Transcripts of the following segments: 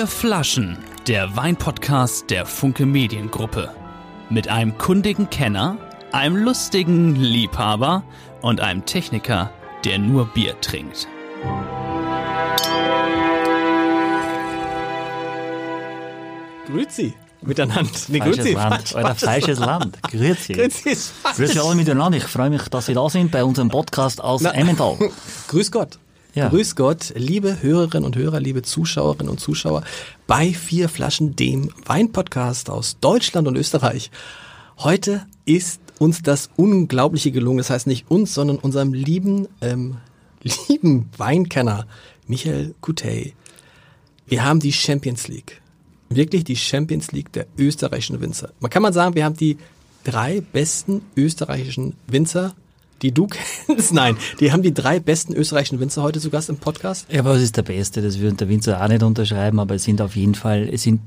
4 Flaschen, der Weinpodcast der Funke Mediengruppe. Mit einem kundigen Kenner, einem lustigen Liebhaber und einem Techniker, der nur Bier trinkt. Grüezi miteinander. Falsches Land, Alter, falsches Land. Grüezi. Grüezi alle miteinander. Ich freue mich, dass Sie da sind bei unserem Podcast aus Emmental. Grüß Gott. Ja. Grüß Gott, liebe Hörerinnen und Hörer, liebe Zuschauerinnen und Zuschauer bei 4 Flaschen, dem Weinpodcast aus Deutschland und Österreich. Heute ist uns das Unglaubliche gelungen. Das heißt nicht uns, sondern unserem lieben Weinkenner Michael Coutet. Wir haben die Champions League. Wirklich die Champions League der österreichischen Winzer. Man kann mal sagen, wir haben die 3 besten österreichischen Winzer, die du kennst. Nein, die haben die 3 besten österreichischen Winzer heute zu Gast im Podcast. Ja, aber was ist der Beste? Das würde der Winzer auch nicht unterschreiben, aber es sind auf jeden Fall,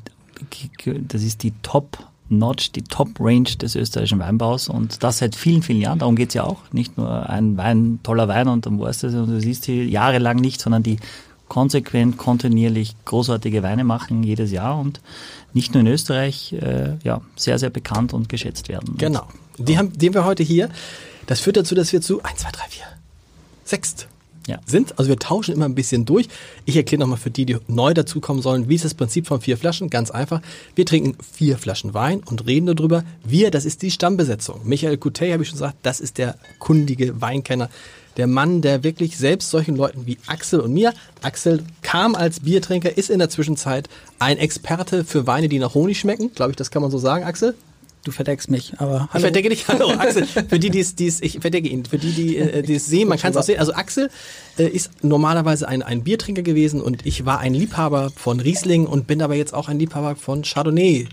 das ist die Top-Notch, die Top-Range des österreichischen Weinbaus und das seit vielen, vielen Jahren. Darum geht's ja auch. Nicht nur ein Wein, toller Wein und dann weißt du, und du siehst sie jahrelang nicht, sondern die konsequent, kontinuierlich großartige Weine machen jedes Jahr und nicht nur in Österreich sehr, sehr bekannt und geschätzt werden. Genau. Die haben wir heute hier. Das führt dazu, dass wir zu 1, 2, 3, 4, 6 sind. Also wir tauschen immer ein bisschen durch. Ich erkläre nochmal für die neu dazukommen sollen, wie ist das Prinzip von 4 Flaschen? Ganz einfach. Wir trinken 4 Flaschen Wein und reden darüber. Wir, das ist die Stammbesetzung. Michael Coutet, habe ich schon gesagt, das ist der kundige Weinkenner. Der Mann, der wirklich selbst solchen Leuten wie Axel und mir, Axel kam als Biertrinker, ist in der Zwischenzeit ein Experte für Weine, die nach Honig schmecken. Glaube ich, das kann man so sagen, Axel? Du verdeckst mich, aber hallo. Ich verdecke dich, hallo Axel. Für die, ich verdecke ihn. Für die es sehen, man kann es auch sehen. Also Axel ist normalerweise ein Biertrinker gewesen und ich war ein Liebhaber von Riesling und bin aber jetzt auch ein Liebhaber von Chardonnays,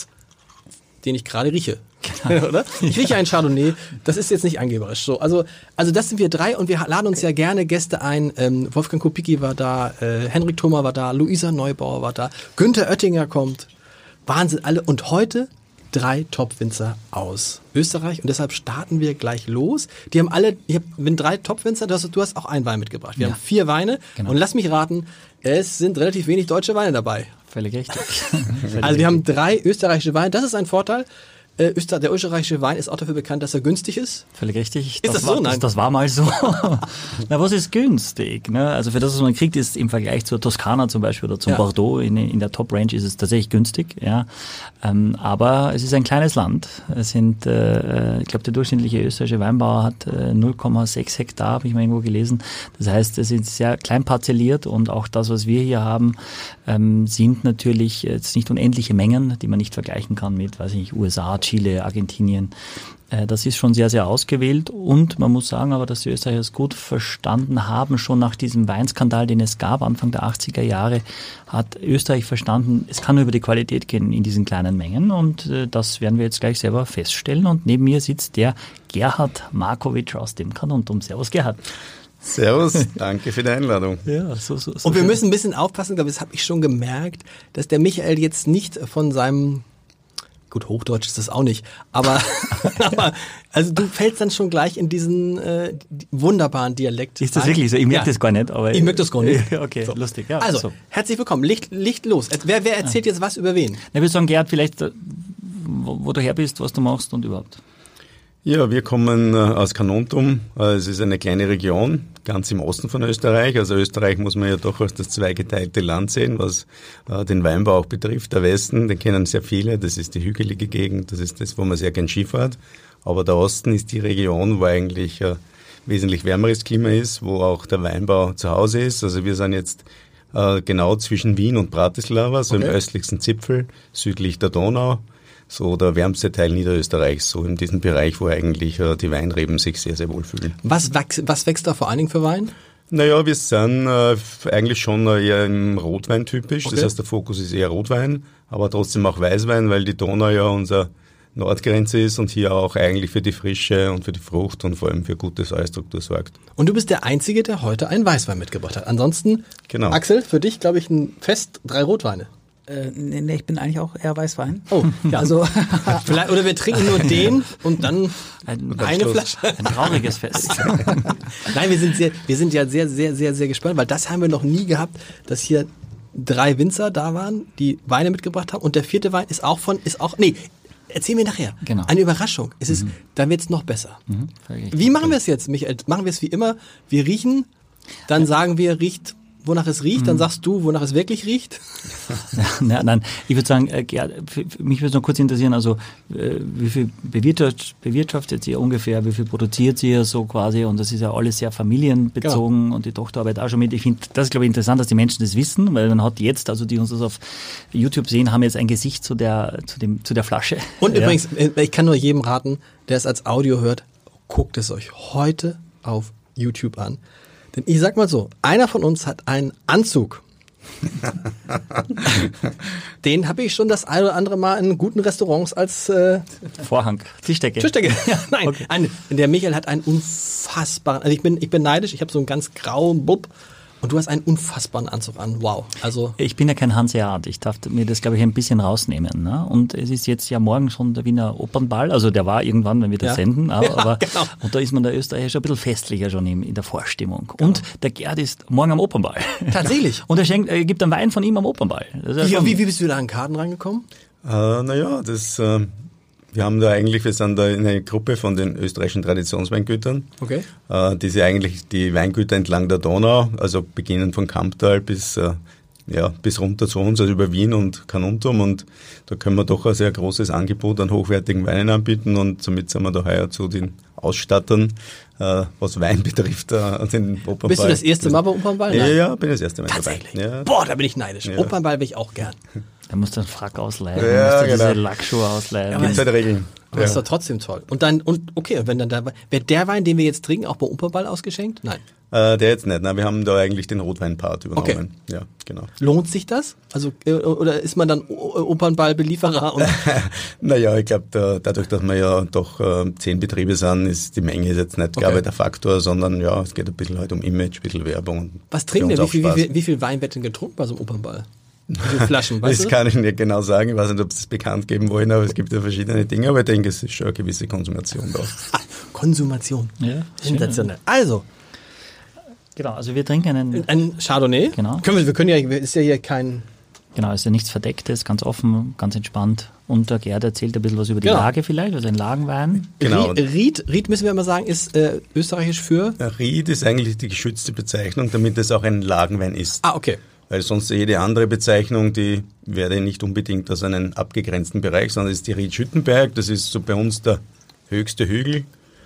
den ich gerade rieche. Oder? Ich rieche einen Chardonnay, das ist jetzt nicht angeberisch. So, also das sind wir 3 und wir laden uns ja gerne Gäste ein. Wolfgang Kubicki war da, Henrik Thoma war da, Luisa Neubauer war da, Günther Oettinger kommt. Wahnsinn, alle. Und heute 3 Top-Winzer aus Österreich und deshalb starten wir gleich los. Die haben alle, wenn 3 Top-Winzer, du hast auch einen Wein mitgebracht. Wir haben 4 Weine und lass mich raten, es sind relativ wenig deutsche Weine dabei. Völlig richtig. Also wir haben 3 österreichische Weine, das ist ein Vorteil. Der österreichische Wein ist auch dafür bekannt, dass er günstig ist. Völlig richtig. Ist das so? Nein. Das war mal so. Na, was ist günstig? Ne? Also für das, was man kriegt, ist im Vergleich zur Toskana zum Beispiel oder zum Bordeaux in der Top-Range ist es tatsächlich günstig. Ja. Aber es ist ein kleines Land. Es sind, ich glaube, der durchschnittliche österreichische Weinbauer hat 0,6 Hektar, habe ich mal irgendwo gelesen. Das heißt, es ist sehr klein parzelliert und auch das, was wir hier haben, sind natürlich jetzt nicht unendliche Mengen, die man nicht vergleichen kann mit, weiß ich nicht, USA, Chile, Argentinien. Das ist schon sehr, sehr ausgewählt und man muss sagen aber, dass die Österreicher es gut verstanden haben, schon nach diesem Weinskandal, den es gab, Anfang der 80er Jahre, hat Österreich verstanden, es kann nur über die Qualität gehen in diesen kleinen Mengen und das werden wir jetzt gleich selber feststellen und neben mir sitzt der Gerhard Markowitsch aus dem Kanontum. Servus Gerhard. Servus, danke für die Einladung. Ja, so und wir müssen ein bisschen aufpassen, glaube ich, das habe ich schon gemerkt, dass der Michael jetzt nicht von seinem gut, Hochdeutsch ist das auch nicht, aber also du fällst dann schon gleich in diesen wunderbaren Dialekt. Ist das wirklich so? Ich merke das gar nicht. Aber ich merke das gar nicht. Okay, so. Lustig. Ja, also, so. Herzlich willkommen. Licht los. Wer erzählt jetzt was über wen? Ich würde sagen, Gerhard, vielleicht, wo du her bist, was du machst und überhaupt. Ja, wir kommen aus Kanontum. Es ist eine kleine Region, ganz im Osten von Österreich. Also Österreich muss man ja doch als das zweigeteilte Land sehen, was den Weinbau auch betrifft. Der Westen, den kennen sehr viele, das ist die hügelige Gegend, das ist das, wo man sehr gern Skifahrt. Aber der Osten ist die Region, wo eigentlich wesentlich wärmeres Klima ist, wo auch der Weinbau zu Hause ist. Also wir sind jetzt genau zwischen Wien und Bratislava, so im östlichsten Zipfel, südlich der Donau. So der wärmste Teil Niederösterreichs, so in diesem Bereich, wo eigentlich die Weinreben sich sehr, sehr wohl fühlen. Was wächst da vor allen Dingen für Wein? Naja, wir sind eigentlich schon eher im Rotwein typisch. Okay. Das heißt, der Fokus ist eher Rotwein, aber trotzdem auch Weißwein, weil die Donau ja unsere Nordgrenze ist und hier auch eigentlich für die Frische und für die Frucht und vor allem für gute Säurestruktur sorgt. Und du bist der Einzige, der heute einen Weißwein mitgebracht hat. Ansonsten, genau. Axel, für dich, glaube ich, ein Fest 3 Rotweine. Nee, ich bin eigentlich auch eher Weißwein. Oh, ja. Also vielleicht, oder wir trinken nur den und dann eine Flasche. Ein trauriges Fest. Nein, wir sind ja sehr, sehr, sehr, sehr, sehr gespannt, weil das haben wir noch nie gehabt, dass hier 3 Winzer da waren, die Weine mitgebracht haben und der 4. Wein erzähl mir nachher. Genau. Eine Überraschung. Dann wird's noch besser. Wie machen wir es jetzt, Michael? Machen wir es wie immer? Wir riechen, dann sagen wir, wonach es riecht, dann sagst du, wonach es wirklich riecht. Nein, ich würde sagen, mich würde noch kurz interessieren, also wie viel bewirtschaftet ihr ungefähr, wie viel produziert ihr so quasi, und das ist ja alles sehr familienbezogen und die Tochter arbeitet auch schon mit. Ich finde, das ist glaube ich interessant, dass die Menschen das wissen, weil man hat jetzt, also die uns das auf YouTube sehen, haben jetzt ein Gesicht zu der Flasche. Und übrigens, ich kann nur jedem raten, der es als Audio hört, guckt es euch heute auf YouTube an. Denn ich sag mal so, einer von uns hat einen Anzug. Den habe ich schon das ein oder andere Mal in guten Restaurants als Vorhang, Tischdecke. Ja, nein, Okay. Der Michael hat einen unfassbaren, also ich bin neidisch, ich habe so einen ganz grauen Bub und du hast einen unfassbaren Anzug an. Wow. Also Ich bin ja kein Hanseat, ich darf mir das, glaube ich, ein bisschen rausnehmen. Ne? Und es ist jetzt ja morgen schon der Wiener Opernball, also der war irgendwann, wenn wir das senden, aber genau. Und da ist man der Österreicher schon ein bisschen festlicher schon in der Vorstimmung. Genau. Und der Gerd ist morgen am Opernball. Tatsächlich. Und er gibt einen Wein von ihm am Opernball. Das ist ja wie bist du da an Karten rangekommen? Wir sind da in einer Gruppe von den österreichischen Traditionsweingütern, Okay. die sie eigentlich die Weingüter entlang der Donau, also beginnend von Kamptal bis runter zu uns, also über Wien und Carnuntum, und da können wir doch ein sehr großes Angebot an hochwertigen Weinen anbieten, und somit sind wir da heuer zu den Ausstattern, was Wein betrifft, an den Opernball. Bist du das erste Mal beim Opernball? Nein. Ja, bin das erste Mal Tatsächlich. dabei. Ja. Boah, da bin ich neidisch. Ja. Opernball will ich auch gern. Da musst du einen Frack ausleihen, Ja, musst du diese genau. Lackschuhe ausleihen. Aber Gibt's halt Regeln. Aber das ist doch trotzdem toll. Und wenn dann wird der Wein, den wir jetzt trinken, auch beim Opernball ausgeschenkt? Nein. Der jetzt nicht. Nein, wir haben da eigentlich den Rotweinpart übernommen. Okay. Ja, genau. Lohnt sich das? Also, oder ist man dann Opernballbelieferer? Und Naja, ich glaube, dadurch, dass wir ja doch 10 Betriebe sind, ist die Menge jetzt nicht, glaube ich, der Faktor, sondern ja, es geht ein bisschen halt um Image, ein bisschen Werbung. Und was trinken für denn? uns auch Spaß. Wie viel Wein wird denn getrunken bei so einem Opernball? Wie viele Flaschen, weißt Das du? kann ich nicht genau sagen. Ich weiß nicht, ob sie das bekannt geben wollen, aber es gibt ja verschiedene Dinge. Aber ich denke, es ist schon eine gewisse Konsumation da. Konsumation. Ja, Sensationell. Also, Genau, also wir trinken ein Chardonnay. Genau. Wir können ja, ist ja hier kein... Genau, ist ja nichts Verdecktes, ganz offen, ganz entspannt. Und der Gerd erzählt ein bisschen was über die Genau. Lage vielleicht, also ein Lagenwein. Genau. Ried müssen wir immer sagen, ist österreichisch für... Ried ist eigentlich die geschützte Bezeichnung, damit es auch ein Lagenwein ist. Ah, okay. Weil sonst jede andere Bezeichnung, die wäre nicht unbedingt aus einem abgegrenzten Bereich, sondern es ist die Ried Schüttenberg. Das ist so bei uns der höchste Hügel,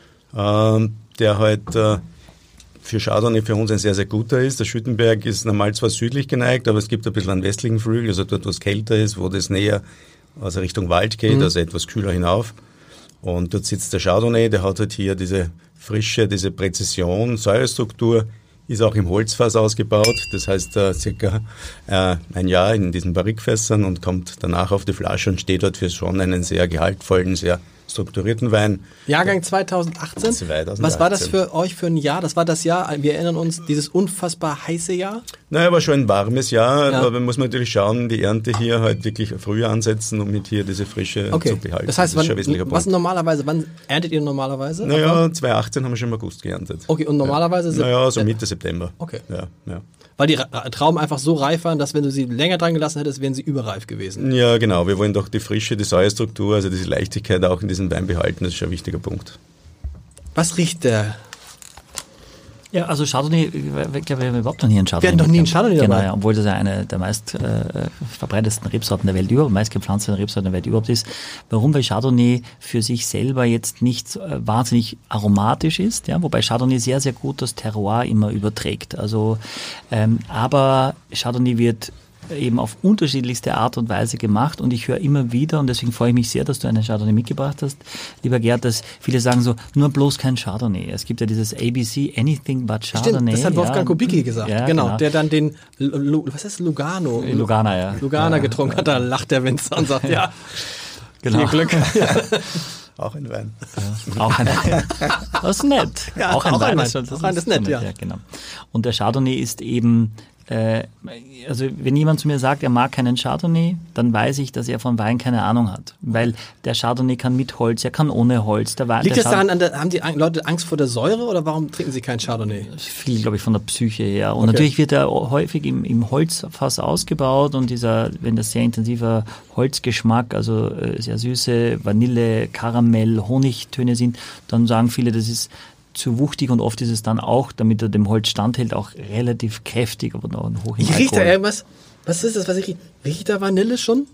der halt für Chardonnay für uns ein sehr, sehr guter ist. Der Schüttenberg ist normal zwar südlich geneigt, aber es gibt ein bisschen einen westlichen Flügel, also dort, wo es kälter ist, wo das näher also Richtung Wald geht, also etwas kühler hinauf. Und dort sitzt der Chardonnay, der hat halt hier diese Frische, diese Präzision, Säurestruktur, ist auch im Holzfass ausgebaut, das heißt circa ein Jahr in diesen Barrikfässern und kommt danach auf die Flasche und steht dort für schon einen sehr gehaltvollen, sehr strukturierten Wein. Jahrgang 2018. 2018. Was war das für euch für ein Jahr? Das war das Jahr, wir erinnern uns, dieses unfassbar heiße Jahr. Naja, war schon ein warmes Jahr, Ja. aber man muss natürlich schauen, die Ernte hier halt wirklich früher ansetzen, um mit hier diese Frische zu behalten. Das heißt, ist schon ein wesentlicher Punkt. wann erntet ihr normalerweise? Naja, 2018 haben wir schon im August geerntet. Okay, und normalerweise sind... Naja, so Mitte September. Okay. Ja. Weil die Trauben einfach so reif waren, dass wenn du sie länger dran gelassen hättest, wären sie überreif gewesen. Ja, genau. Wir wollen doch die Frische, die Säurestruktur, also diese Leichtigkeit auch in diesem Wein behalten. Das ist schon ein wichtiger Punkt. Was riecht der? Ja, also Chardonnay, ich glaube, wir haben überhaupt noch nie einen Chardonnay. Wir hatten noch nie einen Chardonnay Genau, dabei. ja, obwohl das ja eine der meist verbreitetsten Rebsorten der Welt überhaupt, meistgepflanzten Rebsorten der Welt überhaupt ist. Warum? Weil Chardonnay für sich selber jetzt nicht wahnsinnig aromatisch ist, ja, wobei Chardonnay sehr, sehr gut das Terroir immer überträgt. Also, aber Chardonnay wird eben auf unterschiedlichste Art und Weise gemacht und ich höre immer wieder, und deswegen freue ich mich sehr, dass du einen Chardonnay mitgebracht hast, lieber Gerd, dass viele sagen so, nur bloß kein Chardonnay. Es gibt ja dieses ABC, Anything but Chardonnay. Stimmt, das hat Wolfgang Kubicki gesagt. Ja, genau, der dann den, was heißt Lugano? Lugana, ja. Lugana getrunken hat, da lacht der Winzer und sagt, ja, Genau. viel Glück. Auch ein Wein. Auch ein Wein. Das ist nett. Ja, auch ein auch Wein. ein Wein. Das Auch ein ist nett, ja. Genau. Und der Chardonnay ist eben also wenn jemand zu mir sagt, er mag keinen Chardonnay, dann weiß ich, dass er von Wein keine Ahnung hat. Weil der Chardonnay kann mit Holz, er kann ohne Holz. Liegt das daran, haben die Leute Angst vor der Säure oder warum trinken sie keinen Chardonnay? Viel, glaube ich, von der Psyche her. Und natürlich wird er häufig im Holzfass ausgebaut und wenn das sehr intensiver Holzgeschmack, also sehr süße Vanille, Karamell, Honigtöne sind, dann sagen viele, das ist zu wuchtig und oft ist es dann auch, damit er dem Holz standhält, auch relativ kräftig, aber noch hoch im Ich rieche da irgendwas. Was ist das, was ich rieche? Riecht da Vanille schon?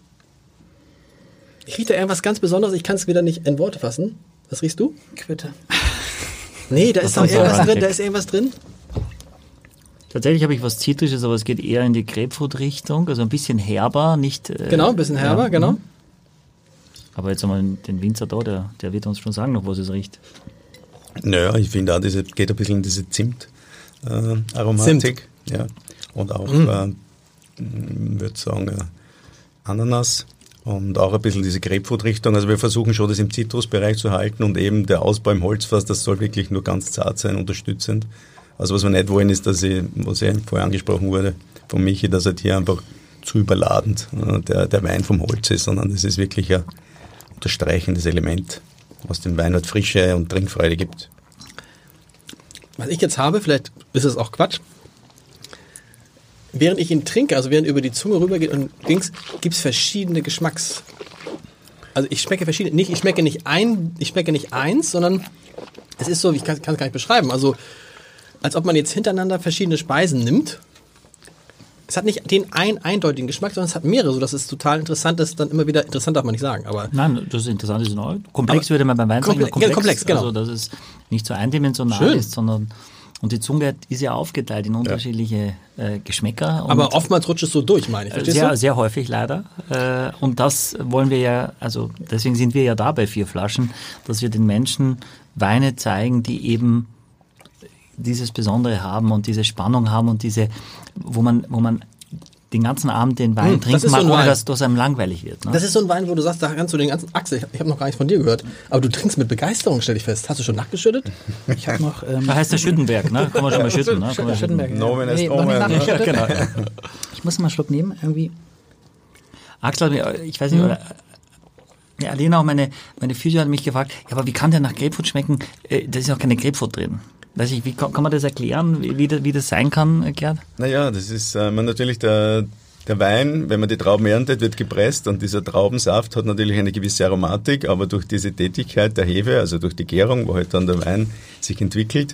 Ich rieche da irgendwas ganz Besonderes, ich kann es wieder nicht in Worte fassen. Was riechst du? Quitte. Nee, da ist doch irgendwas drin, da ist irgendwas drin. Tatsächlich habe ich was Zitrisches, aber es geht eher in die Grapefruit-Richtung, also ein bisschen herber, nicht... Genau, ein bisschen herber, genau. Aber jetzt einmal den Winzer da, der wird uns schon sagen noch, was es riecht. Naja, ich finde auch, geht ein bisschen in diese Zimt-Aromatik. Ja. Und auch, würde sagen, Ananas und auch ein bisschen diese Grapefruit-Richtung. Also wir versuchen schon, das im Zitrusbereich zu halten und eben der Ausbau im Holzfass, das soll wirklich nur ganz zart sein, unterstützend. Also was wir nicht wollen, ist, was ja vorher angesprochen wurde von Michi, dass halt hier einfach zu überladend der Wein vom Holz ist, sondern es ist wirklich ein unterstreichendes Element, was dem Wein halt Frische und Trinkfreude gibt. Was ich jetzt habe, vielleicht ist es auch Quatsch, während ich ihn trinke, also während über die Zunge rübergeht und links, gibt es verschiedene Geschmacks. Also ich schmecke verschiedene, ich schmecke nicht eins, sondern es ist so, ich kann es gar nicht beschreiben, also als ob man jetzt hintereinander verschiedene Speisen nimmt. Es hat nicht den einen eindeutigen Geschmack, sondern es hat mehrere, sodass es total interessant ist, dann immer wieder, interessant darf man nicht sagen, aber... Nein, das ist interessant, ist neu. Komplex würde man beim Wein sagen. Komplex, genau. Also, dass es nicht so eindimensional ist, sondern, und die Zunge ist ja aufgeteilt in unterschiedliche Geschmäcker. Und aber oftmals rutscht es so durch, meine ich. Verstehst du? Sehr häufig leider. Und das wollen wir ja, also deswegen sind wir ja da bei 4 Flaschen, dass wir den Menschen Weine zeigen, die eben dieses Besondere haben und diese Spannung haben und diese, wo man den ganzen Abend den Wein trinken mag, ohne dass das einem langweilig wird. Ne? Das ist so ein Wein, wo du sagst, da kannst du den ganzen Axel, ich habe noch gar nichts von dir gehört, aber du trinkst mit Begeisterung, stell dich fest. Hast du schon nachgeschüttet? Ich habe noch... Da heißt der Schüttenberg, ne? Kann man schon mal schütten, ne? Schüttenberg. Nomen ist nachgeschüttet. Genau. Ich muss mal einen Schluck nehmen, irgendwie. Axel, ich weiß nicht, oder... Ja, Alena, auch meine Physio hat mich gefragt, ja, aber wie kann der nach Grapefruit schmecken? Da ist ja auch keine Grapefruit drin. Weiß ich, wie kann man das erklären, wie das sein kann, Gerd? Naja, das ist natürlich der Wein, wenn man die Trauben erntet, wird gepresst und dieser Traubensaft hat natürlich eine gewisse Aromatik, aber durch diese Tätigkeit der Hefe, also durch die Gärung, wo halt dann der Wein sich entwickelt,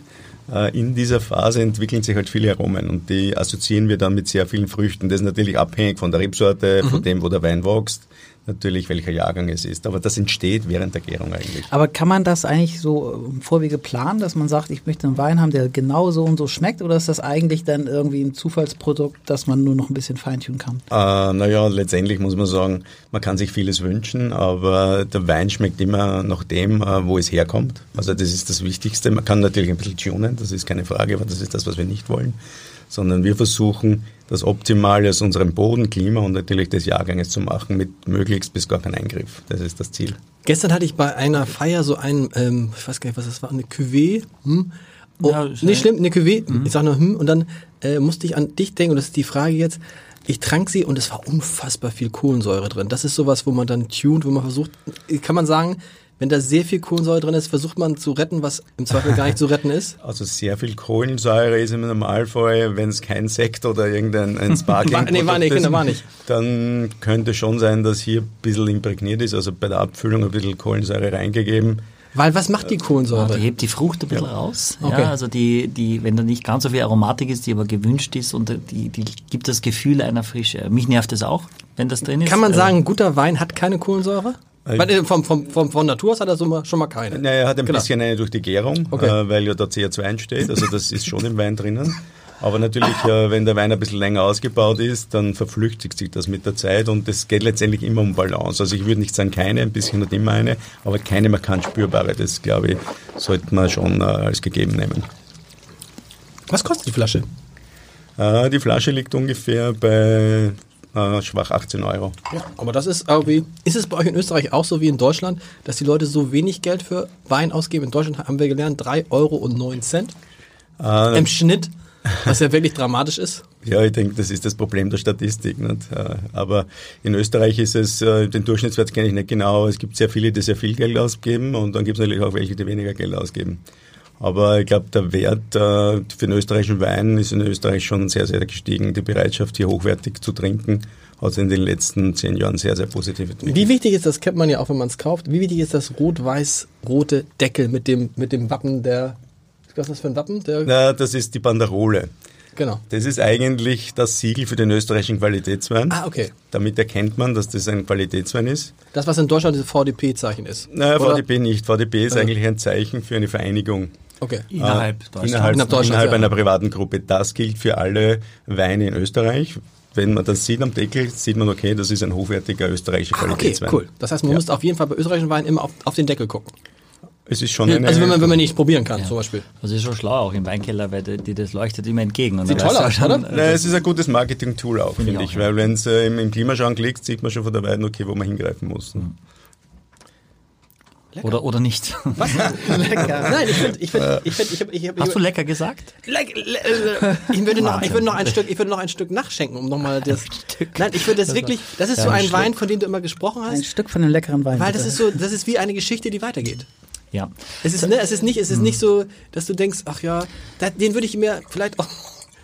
in dieser Phase entwickeln sich halt viele Aromen und die assoziieren wir dann mit sehr vielen Früchten. Das ist natürlich abhängig von der Rebsorte, von dem, wo der Wein wächst. Natürlich, welcher Jahrgang es ist. Aber das entsteht während der Gärung eigentlich. Aber kann man das eigentlich so im Vorwege planen, dass man sagt, ich möchte einen Wein haben, der genau so und so schmeckt? Oder ist das eigentlich dann irgendwie ein Zufallsprodukt, das man nur noch ein bisschen feintunen kann? Naja, letztendlich muss man sagen, man kann sich vieles wünschen, aber der Wein schmeckt immer nach dem, wo es herkommt. Also das ist das Wichtigste. Man kann natürlich ein bisschen tunen, das ist keine Frage, aber das ist das, was wir nicht wollen. Sondern wir versuchen, das Optimale aus unserem Boden, Klima und natürlich des Jahrganges zu machen, mit möglichst bis gar kein Eingriff. Das ist das Ziel. Gestern hatte ich bei einer Feier so ein, ich weiß gar nicht, was das war, eine Cuvée. Oh, Ja, nicht schlimm, eine Cuvée. Ich sag nur, und dann musste ich an dich denken, und das ist die Frage jetzt, ich trank sie und es war unfassbar viel Kohlensäure drin. Das ist sowas, wo man dann tunt, wo man versucht, kann man sagen, wenn da sehr viel Kohlensäure drin ist, versucht man zu retten, was im Zweifel gar nicht zu retten ist? Also sehr viel Kohlensäure ist im Normalfall, wenn es kein Sekt oder irgendein Sparkling war nicht. Dann könnte schon sein, dass hier ein bisschen imprägniert ist, also bei der Abfüllung ein bisschen Kohlensäure reingegeben. Weil was macht die Kohlensäure? Die hebt die Frucht ein bisschen raus. Okay. Ja, also die, wenn da nicht ganz so viel Aromatik ist, die aber gewünscht ist und die gibt das Gefühl einer Frische. Mich nervt das auch, wenn das drin ist. Kann man sagen, guter Wein hat keine Kohlensäure? Weil von Natur aus hat er schon mal keine. Naja, er hat ein bisschen eine durch die Gärung, Okay. weil ja da CO2 entsteht, also das ist schon im Wein drinnen. Aber natürlich, wenn der Wein ein bisschen länger ausgebaut ist, dann verflüchtigt sich das mit der Zeit und es geht letztendlich immer um Balance. Also ich würde nicht sagen keine, ein bisschen hat immer eine, aber keine markant spürbare. Das, glaube ich, sollte man schon als gegeben nehmen. Was kostet die Flasche? Die Flasche liegt ungefähr bei schwach 18 €. Ja, aber das ist irgendwie, ist es bei euch in Österreich auch so wie in Deutschland, dass die Leute so wenig Geld für Wein ausgeben? In Deutschland haben wir gelernt, 3,09 € im Schnitt, was ja wirklich dramatisch ist. Ja, ich denke, das ist das Problem der Statistik. Nicht? Aber in Österreich ist es, den Durchschnittswert kenne ich nicht genau, es gibt sehr viele, die sehr viel Geld ausgeben und dann gibt es natürlich auch welche, die weniger Geld ausgeben. Aber ich glaube, der Wert für den österreichischen Wein ist in Österreich schon sehr, sehr gestiegen. Die Bereitschaft, hier hochwertig zu trinken, hat sich in den letzten 10 Jahren sehr, sehr positiv entwickelt. Wie wichtig ist das, kennt man ja auch, wenn man es kauft, wie wichtig ist das rot-weiß-rote Deckel mit dem Wappen der, was ist das für ein Wappen? Das ist die Banderole. Genau. Das ist eigentlich das Siegel für den österreichischen Qualitätswein. Ah, okay. Damit erkennt man, dass das ein Qualitätswein ist. Das, was in Deutschland das VDP-Zeichen ist. Nein, oder? VDP nicht. VDP ist eigentlich ein Zeichen für eine Vereinigung. Okay. Innerhalb Deutschlands. Innerhalb einer privaten Gruppe. Das gilt für alle Weine in Österreich. Wenn man das sieht am Deckel, sieht man, okay, das ist ein hochwertiger österreichischer Qualitätswein. Okay, cool. Das heißt, man muss auf jeden Fall bei österreichischen Weinen immer auf den Deckel gucken. Es ist schon Also wenn man nicht probieren kann, zum Beispiel. Das ist schon schlau auch im Weinkeller, weil das leuchtet immer entgegen. Und Sieht dann toll weißt aus, du oder? schon, Nein, es ist ein gutes Marketing-Tool auch, finde ich. auch, Weil wenn es im Klimaschrank liegt, sieht man schon von der Weide, okay, wo man hingreifen muss. Oder nicht. Was? Lecker. Nein, ich finde, Hast du lecker gesagt? Ich würde noch ein Stück nachschenken, um nochmal das. Nein, ich würde das wirklich. Das ist so ein Wein, von dem du immer gesprochen hast. Ein Stück von dem leckeren Wein. Weil das ist wie eine Geschichte, die weitergeht. Ja. Es ist nicht so, dass du denkst, ach ja, den würde ich mir vielleicht auch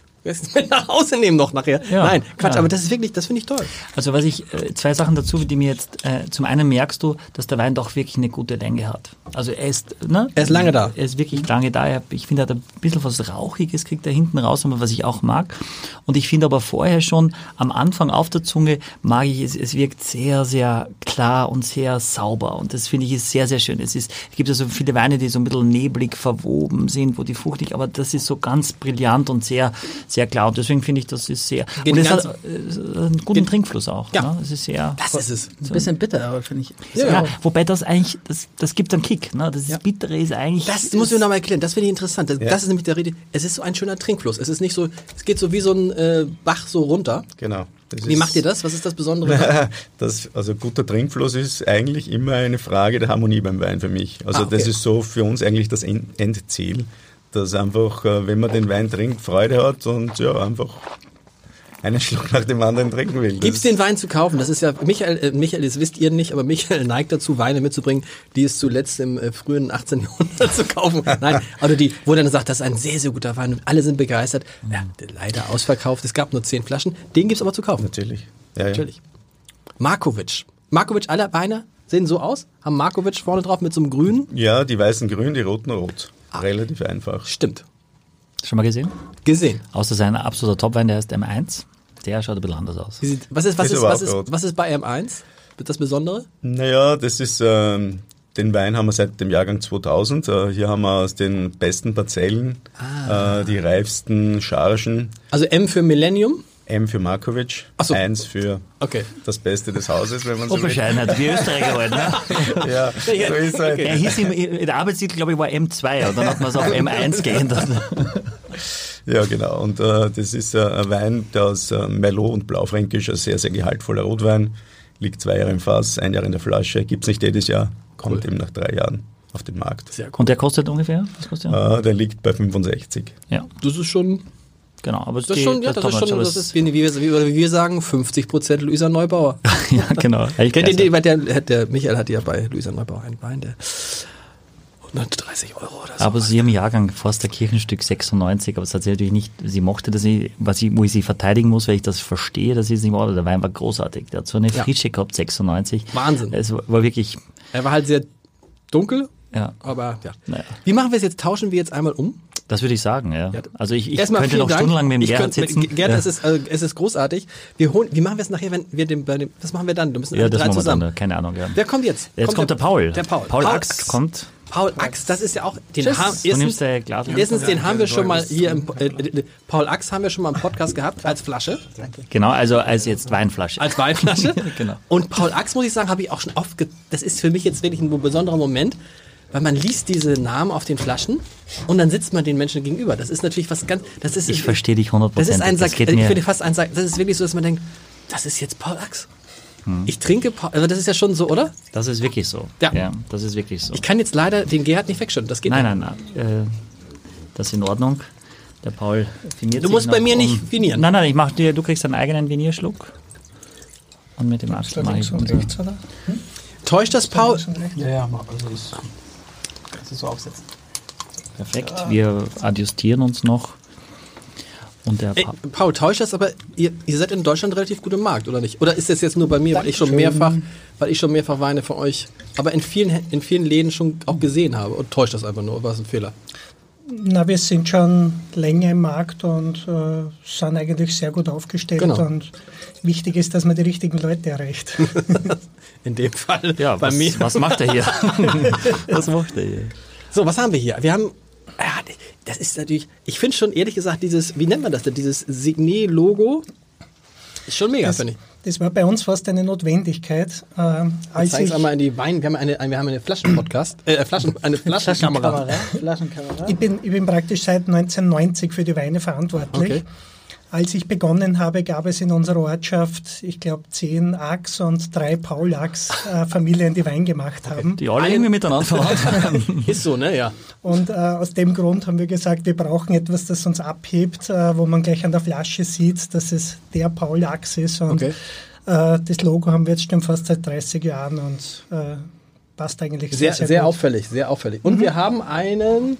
mit nach Hause nehmen noch nachher. Ja, Nein, Quatsch, ja. aber das finde ich toll. Also zwei Sachen dazu, die mir jetzt, zum einen merkst du, dass der Wein doch wirklich eine gute Länge hat. Also er ist lange da. Er ist wirklich lange da. Ich finde, er hat ein bisschen was Rauchiges, kriegt er hinten raus, was ich auch mag. Und ich finde aber vorher schon, am Anfang auf der Zunge, mag ich es wirkt sehr, sehr klar und sehr sauber. Und das finde ich ist sehr, sehr schön. Es gibt ja so viele Weine, die so ein bisschen neblig verwoben sind, wo die Frucht nicht, aber das ist so ganz brillant und sehr, sehr klar. Und deswegen finde ich, das ist sehr, und es hat einen guten Trinkfluss auch. Ja. Ne? Es ist sehr, Das ist es. Ein bisschen bitter, aber finde ich. ja, wobei das eigentlich, das gibt einen Kick. Ne? Das Bittere ist eigentlich... Das muss ich nochmal erklären, das finde ich interessant. Das ist nämlich der Rede. Es ist so ein schöner Trinkfluss. Es ist nicht so, es geht so wie so ein Bach so runter. Genau. Wie macht ihr das? Was ist das Besondere? Also guter Trinkfluss ist eigentlich immer eine Frage der Harmonie beim Wein für mich. Also okay. Das ist so für uns eigentlich das Endziel, dass einfach, wenn man den Wein trinkt, Freude hat und ja, einfach einen Schluck nach dem anderen trinken will. Gibt's den Wein zu kaufen? Das ist ja, Michael, das wisst ihr nicht, aber Michael neigt dazu, Weine mitzubringen, die es zuletzt im frühen 18. Jahrhundert zu kaufen. Nein, also wo dann sagt, das ist ein sehr, sehr guter Wein und alle sind begeistert. Ja, leider ausverkauft, es gab nur 10 Flaschen. Den gibt's aber zu kaufen. Natürlich. Natürlich. Markovic, alle Weine sehen so aus, haben Markovic vorne drauf mit so einem grünen. Ja, die weißen grün, die roten rot. Relativ einfach. Stimmt. Schon mal gesehen? Gesehen. Außer sein absoluter Topwein, der heißt M1. Der schaut ein bisschen anders aus. Was ist bei M1? Das Besondere? Naja, das ist, den Wein haben wir seit dem Jahrgang 2000. Hier haben wir aus den besten Parzellen die reifsten Chargen. Also M für Millennium? M für Markovic, so. 1 für das Beste des Hauses, wenn man so will. Bescheidenheit, wie Österreicher halt, ne? Ja, so ist halt. Er hieß in der Arbeitstitel, glaube ich, war M2 und dann hat man es auf M1 geändert. Ja, genau. Und das ist ein Wein, der aus Merlot und Blaufränkisch, ein sehr, sehr gehaltvoller Rotwein, liegt 2 Jahre im Fass, 1 Jahr in der Flasche, gibt es nicht jedes Jahr, kommt eben nach 3 Jahren auf den Markt. Sehr cool. Und der kostet ungefähr? Was kostet der? Der liegt bei 65. Ja. Das ist schon... Genau, aber das ist wie wir sagen, 50% Luisa Neubauer. Ja, genau. Der Michael hatte ja bei Luisa Neubauer einen Wein, der 130 € oder so. Aber sie im Jahrgang Forster Kirchenstück 96, aber es hat sie natürlich nicht, sie mochte das nicht, wo ich sie verteidigen muss, weil ich das verstehe, dass sie es nicht mochte. Der Wein war großartig. Der hat so eine Frische gehabt, 96. Wahnsinn. Es war wirklich... Er war halt sehr dunkel, ja. Aber ja. Naja. Wie machen wir es jetzt? Tauschen wir jetzt einmal um? Das würde ich sagen, ja. Also ich Erstmal könnte noch stundenlang mit dem Gerhard sitzen. Gerhard, es ist großartig. Wie machen wir es nachher, wenn wir was machen wir dann? Du müssen das 3 zusammen. Dann, keine Ahnung, ja. Wer kommt jetzt? Jetzt kommt der Paul. Der Paul. Paul Ax kommt. Paul Ax, das ist ja auch... Erstens, den haben wir schon mal hier im... Paul Ax haben wir schon mal im Podcast gehabt, als Flasche. Genau, also als jetzt Weinflasche. Als Weinflasche. Genau. Und Paul Ax, muss ich sagen, habe ich auch schon oft... Das ist für mich jetzt wirklich ein besonderer Moment, weil man liest diese Namen auf den Flaschen und dann sitzt man den Menschen gegenüber. Das ist natürlich was ganz... Ich verstehe dich 100%. Das ist das ist wirklich so, dass man denkt, das ist jetzt Paul Ax. Ich trinke, also das ist ja schon so, oder? Das ist wirklich so. Ja, das ist wirklich so. Ich kann jetzt leider den Gerhard nicht wegschütten, das geht nicht. Nein. Das ist in Ordnung. Der Paul viniert Du sich musst noch bei mir nicht vinieren. Nein, du kriegst deinen eigenen Vinierschluck. Und mit dem Axel mache ich unser. Täuscht das, Paul? Ja, also ist. Kannst du so aufsetzen. Perfekt, wir adjustieren uns noch. Und der Paul, täuscht das, aber ihr seid in Deutschland relativ gut im Markt, oder nicht? Oder ist das jetzt nur bei mir, weil ich schon mehrfach Weine von euch, aber in vielen Läden schon auch gesehen habe? Und täuscht das einfach nur, oder war es ein Fehler? Na, wir sind schon länger im Markt und sind eigentlich sehr gut aufgestellt. Genau. Und wichtig ist, dass man die richtigen Leute erreicht. In dem Fall ja, bei mir. Was macht er hier? Was macht er hier? So, was haben wir hier? Wir haben, das ist natürlich, ich finde schon ehrlich gesagt dieses, wie nennt man das denn, dieses Signet-Logo, ist schon mega, finde ich. Das war bei uns fast eine Notwendigkeit. Als Zeig es einmal in die Wein, wir haben eine Flaschenpodcast, eine Flaschenkamera. Flaschenkamera. Ich bin praktisch seit 1990 für die Weine verantwortlich. Okay. Als ich begonnen habe, gab es in unserer Ortschaft, ich glaube, 10 Achs und 3 Paul-Achs-Familien, die Wein gemacht haben. Die alle irgendwie miteinander verwandt. Ist so, ne? Ja. Und aus dem Grund haben wir gesagt, wir brauchen etwas, das uns abhebt, wo man gleich an der Flasche sieht, dass es der Paul-Achs ist. Und das Logo haben wir jetzt schon fast seit 30 Jahren und passt eigentlich sehr Sehr gut. auffällig, sehr auffällig. Und wir haben einen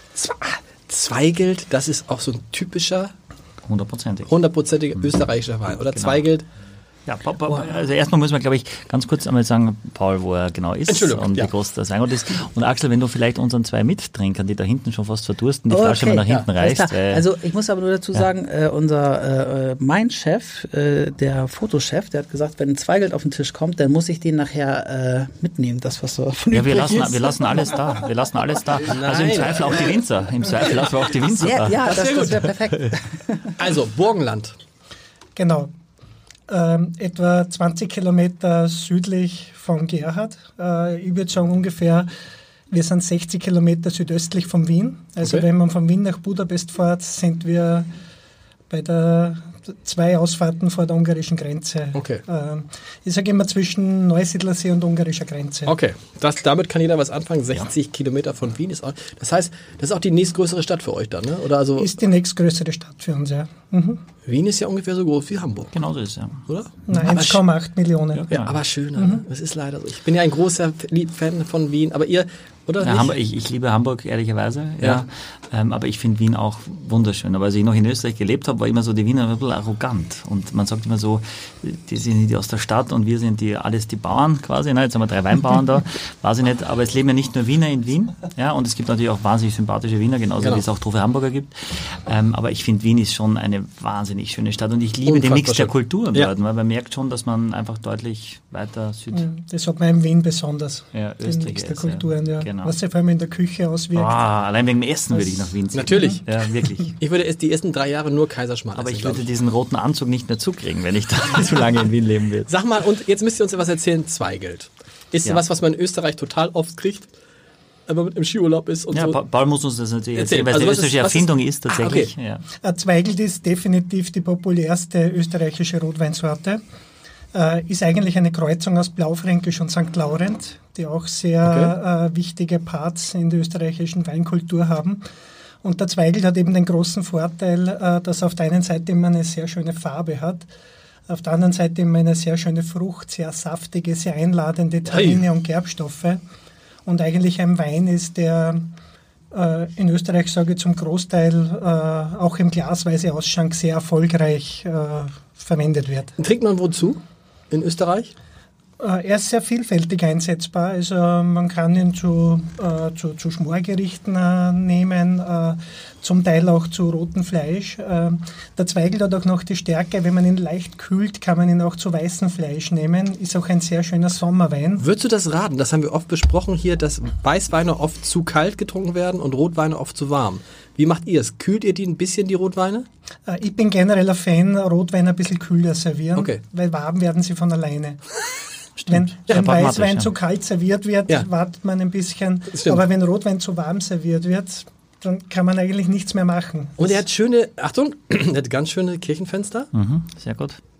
Zweigelt, das ist auch so ein typischer 100%iger österreichischer Wein. Oder Genau. Zweigelt. Ja, also erstmal müssen wir, glaube ich, ganz kurz einmal sagen, Paul, wo er genau ist und wie groß das Weingut ist. Und Axel, wenn du vielleicht unseren 2 Mittrinkern, die da hinten schon fast verdursten, die Flasche mal nach hinten reißt. Also ich muss aber nur dazu sagen, mein Chef, der Fotochef, der hat gesagt, wenn ein Zweigelt auf den Tisch kommt, dann muss ich den nachher mitnehmen, das was so von wir lassen alles da. Wir lassen alles da. Also im Zweifel auch die Winzer. Im Zweifel lassen wir auch die Winzer da. Ja, das wäre perfekt. Also, Burgenland. Genau. Etwa 20 Kilometer südlich von Gerhard. Ich würde sagen ungefähr, wir sind 60 Kilometer südöstlich von Wien. Also wenn man von Wien nach Budapest fährt, sind wir bei der 2 Ausfahrten vor der ungarischen Grenze. Okay. Ich sage immer zwischen Neusiedlersee und ungarischer Grenze. Okay, damit kann jeder was anfangen. 60 Kilometer von Wien ist auch, das heißt, das ist auch die nächstgrößere Stadt für euch dann, ne? Oder also Ist die nächstgrößere Stadt für uns, ja. Mhm. Wien ist ja ungefähr so groß wie Hamburg. Genau so ist es, ja. Oder? Nein, 1,8 Millionen. Ja, aber schöner. Ne? Das ist leider so. Ich bin ja ein großer Fan von Wien, aber ihr, oder Ja, nicht? ich liebe Hamburg, ehrlicherweise. Ja. Aber ich finde Wien auch wunderschön. Aber als ich noch in Österreich gelebt habe, war immer so die Wiener ein bisschen arrogant. Und man sagt immer so, die sind die aus der Stadt und wir sind alles die Bauern quasi. Ne? Jetzt haben wir 3 Weinbauern da, weiß ich nicht. Aber es leben ja nicht nur Wiener in Wien. Ja? Und es gibt natürlich auch wahnsinnig sympathische Wiener, genauso wie es auch Tropfe Hamburger gibt. Aber ich finde, Wien ist schon eine wahnsinnig schöne Stadt. Und ich liebe den Mix der Kulturen dort, weil man merkt schon, dass man einfach deutlich weiter Das hat man in Wien besonders. Ja, den Österreich Mix der ist, Kulturen, ja. Genau. Was sich vor allem in der Küche auswirkt. Allein wegen dem Essen würde ich nach Wien ziehen. Natürlich. Ja, wirklich. Ich würde die ersten 3 Jahre nur Kaiserschmarrn Aber essen, ich würde diesen roten Anzug nicht mehr zukriegen, wenn ich da zu lange in Wien leben will. Sag mal, und jetzt müsst ihr uns etwas erzählen, Zweigelt. Ist was man in Österreich total oft kriegt, wenn man im Skiurlaub ist und Ja, so? Paul muss uns das natürlich erzählen, weil Also die was ist- österreichische was ist- Erfindung ist tatsächlich. okay. Ja. Zweigelt ist definitiv die populärste österreichische Rotweinsorte. Ist eigentlich eine Kreuzung aus Blaufränkisch und St. Laurent, die auch sehr wichtige Parts in der österreichischen Weinkultur haben. Und der Zweigelt hat eben den großen Vorteil, dass auf der einen Seite immer eine sehr schöne Farbe hat, auf der anderen Seite immer eine sehr schöne Frucht, sehr saftige, sehr einladende Tannine und Gerbstoffe. Und eigentlich ein Wein ist, der in Österreich, sage ich, zum Großteil auch im glasweise Ausschank sehr erfolgreich verwendet wird. Trinkt man wozu in Österreich? Er ist sehr vielfältig einsetzbar. Also man kann ihn zu Schmorgerichten nehmen, zum Teil auch zu rotem Fleisch. Der Zweigelt hat auch noch die Stärke, wenn man ihn leicht kühlt, kann man ihn auch zu weißem Fleisch nehmen. Ist auch ein sehr schöner Sommerwein. Würdest du das raten? Das haben wir oft besprochen hier, dass Weißweine oft zu kalt getrunken werden und Rotweine oft zu warm. Wie macht ihr es? Kühlt ihr die ein bisschen, die Rotweine? Ich bin genereller Fan, Rotwein ein bisschen kühler servieren, Okay. weil warm werden sie von alleine. Stimmt. Wenn pragmatisch, Weißwein ja. zu kalt serviert wird, wartet man ein bisschen. Stimmt. Aber wenn Rotwein zu warm serviert wird, dann kann man eigentlich nichts mehr machen. Und er hat schöne, Achtung, er hat ganz schöne Kirchenfenster. Sehr gut.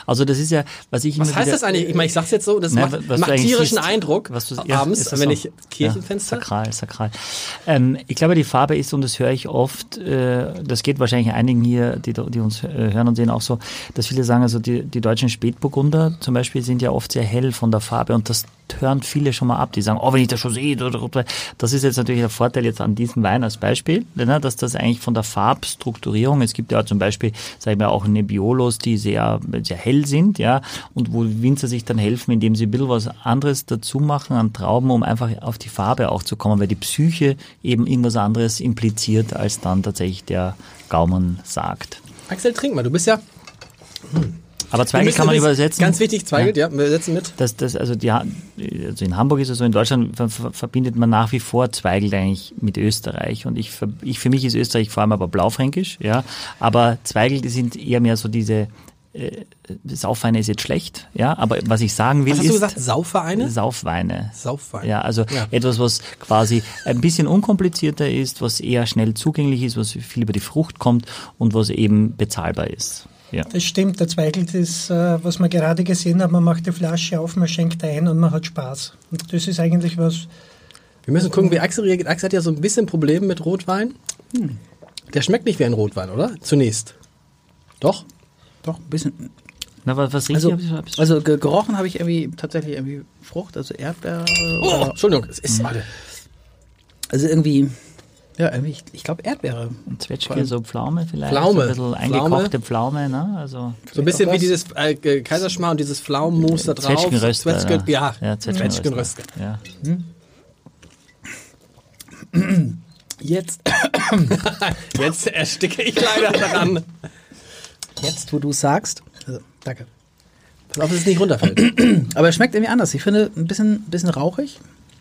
Also das ist ja, was ich immer Was heißt wieder, das eigentlich? Ich meine, ich sag's jetzt so, das macht tierischen Eindruck abends, wenn ich Kirchenfenster... Sakral. Ich glaube, die Farbe ist, und das höre ich oft, das geht wahrscheinlich einigen hier, die uns hören und sehen, auch so, dass viele sagen, also die deutschen Spätburgunder zum Beispiel sind ja oft sehr hell von der Farbe und das hören viele schon mal ab. Die sagen, wenn ich das schon sehe, das ist jetzt natürlich der Vorteil jetzt an diesem Wein als Beispiel, dass das eigentlich von der Farbstrukturierung, es gibt ja zum Beispiel, sag ich mal, auch Nebbiolos, die sehr, sehr hell sind, ja, und wo Winzer sich dann helfen, indem sie ein bisschen was anderes dazu machen an Trauben, um einfach auf die Farbe auch zu kommen, weil die Psyche eben irgendwas anderes impliziert, als dann tatsächlich der Gaumen sagt. Axel, trink mal, du bist ja... Aber Zweigelt kann man übersetzen. Ganz wichtig, Zweigelt, ja, wir setzen mit. Also in Hamburg ist es so, in Deutschland verbindet man nach wie vor Zweigelt eigentlich mit Österreich. Und für mich ist Österreich vor allem aber blaufränkisch, ja. Aber Zweigelt sind eher mehr so diese, Saufweine ist jetzt schlecht, ja. Aber was ich sagen will, was hast du gesagt? Saufweine? Saufweine. Ja, also etwas, was quasi ein bisschen unkomplizierter ist, was eher schnell zugänglich ist, was viel über die Frucht kommt und was eben bezahlbar ist. Ja. Das stimmt, der Zweigelt ist, was wir gerade gesehen haben, man macht die Flasche auf, man schenkt ein und man hat Spaß. Und das ist eigentlich was... Wir müssen gucken, wie Axel reagiert. Axel hat ja so ein bisschen Probleme mit Rotwein. Der schmeckt nicht wie ein Rotwein, oder? Zunächst. Doch, ein bisschen. Na, was riecht also gerochen habe ich tatsächlich Frucht, also Erdbeere. Entschuldigung, es ist... Also irgendwie... Ja, ich glaube Erdbeere. Und Zwetschge, so Pflaume vielleicht. Pflaume. So ein bisschen eingekochte Pflaume, ne? Also so ein bisschen wie dieses Kaiserschmarrn und dieses Pflaumenmus da drauf. Zwetschgenröster. Ja, Zwetschgenröster. Ja. Jetzt ersticke ich leider daran. Jetzt, wo du sagst. Also, danke. Pass auf, dass es nicht runterfällt. Aber es schmeckt irgendwie anders. Ich finde, ein bisschen rauchig.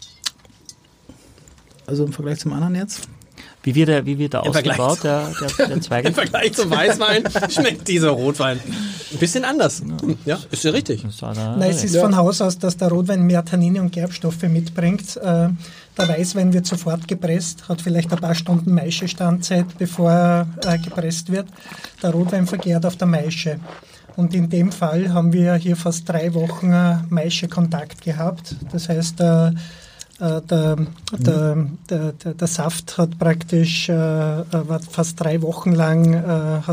Also im Vergleich zum anderen jetzt. Wie wird er ausgebaut, der Zweigelt? Im Vergleich zum Weißwein schmeckt dieser Rotwein ein bisschen anders. Ja, ist ja richtig. Nein, es ist von Haus aus, dass der Rotwein mehr Tannine und Gerbstoffe mitbringt. Der Weißwein wird sofort gepresst, hat vielleicht ein paar Stunden Maischestandzeit, bevor er gepresst wird. Der Rotwein vergärt auf der Maische. Und in dem Fall haben wir hier fast 3 Wochen Maischekontakt gehabt. Das heißt, der Saft hat praktisch fast 3 Wochen lang hat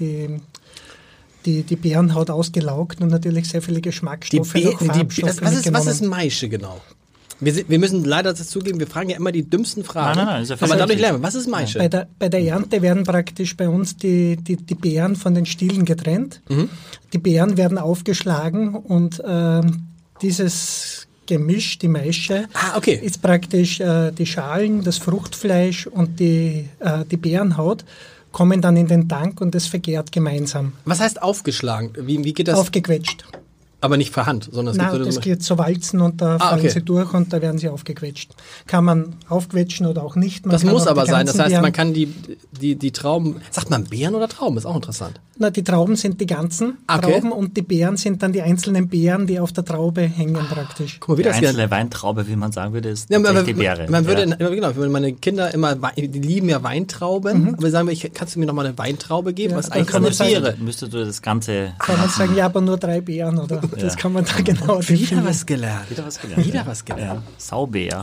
die Beerenhaut ausgelaugt und natürlich sehr viele Geschmacksstoffe. Was ist Maische genau? Wir müssen leider das zugeben, wir fragen ja immer die dümmsten Fragen. Nein, ist ja aber dadurch lernen wir, was ist Maische? Bei der Ernte werden praktisch bei uns die Beeren von den Stielen getrennt. Die Beeren werden aufgeschlagen und dieses Gemisch, die Maische, ist praktisch die Schalen, das Fruchtfleisch und die Beerenhaut kommen dann in den Tank und das vergärt gemeinsam. Was heißt aufgeschlagen? Wie geht das? Aufgequetscht. Aber nicht per Hand, sondern es geht zu Walzen und da fallen sie durch und da werden sie aufgequetscht. Kann man aufquetschen oder auch nicht. Das muss aber sein. Das heißt, man kann die Trauben, sagt man Beeren oder Trauben? Ist auch interessant. Na, die Trauben sind die ganzen Trauben und die Beeren sind dann die einzelnen Beeren, die auf der Traube hängen praktisch. Guck mal, wie die einzelne Weintraube, wie man sagen würde, ist die Beere. Genau, meine Kinder immer, die lieben ja Weintrauben, aber sagen wir, kannst du mir noch mal eine Weintraube geben? Was eigentlich eine Beere? Müsstest du das Ganze... Kann man sagen, ja, aber nur 3 Beeren, oder? Das kann man da genau Wieder was gelernt. Ja. Saubeer.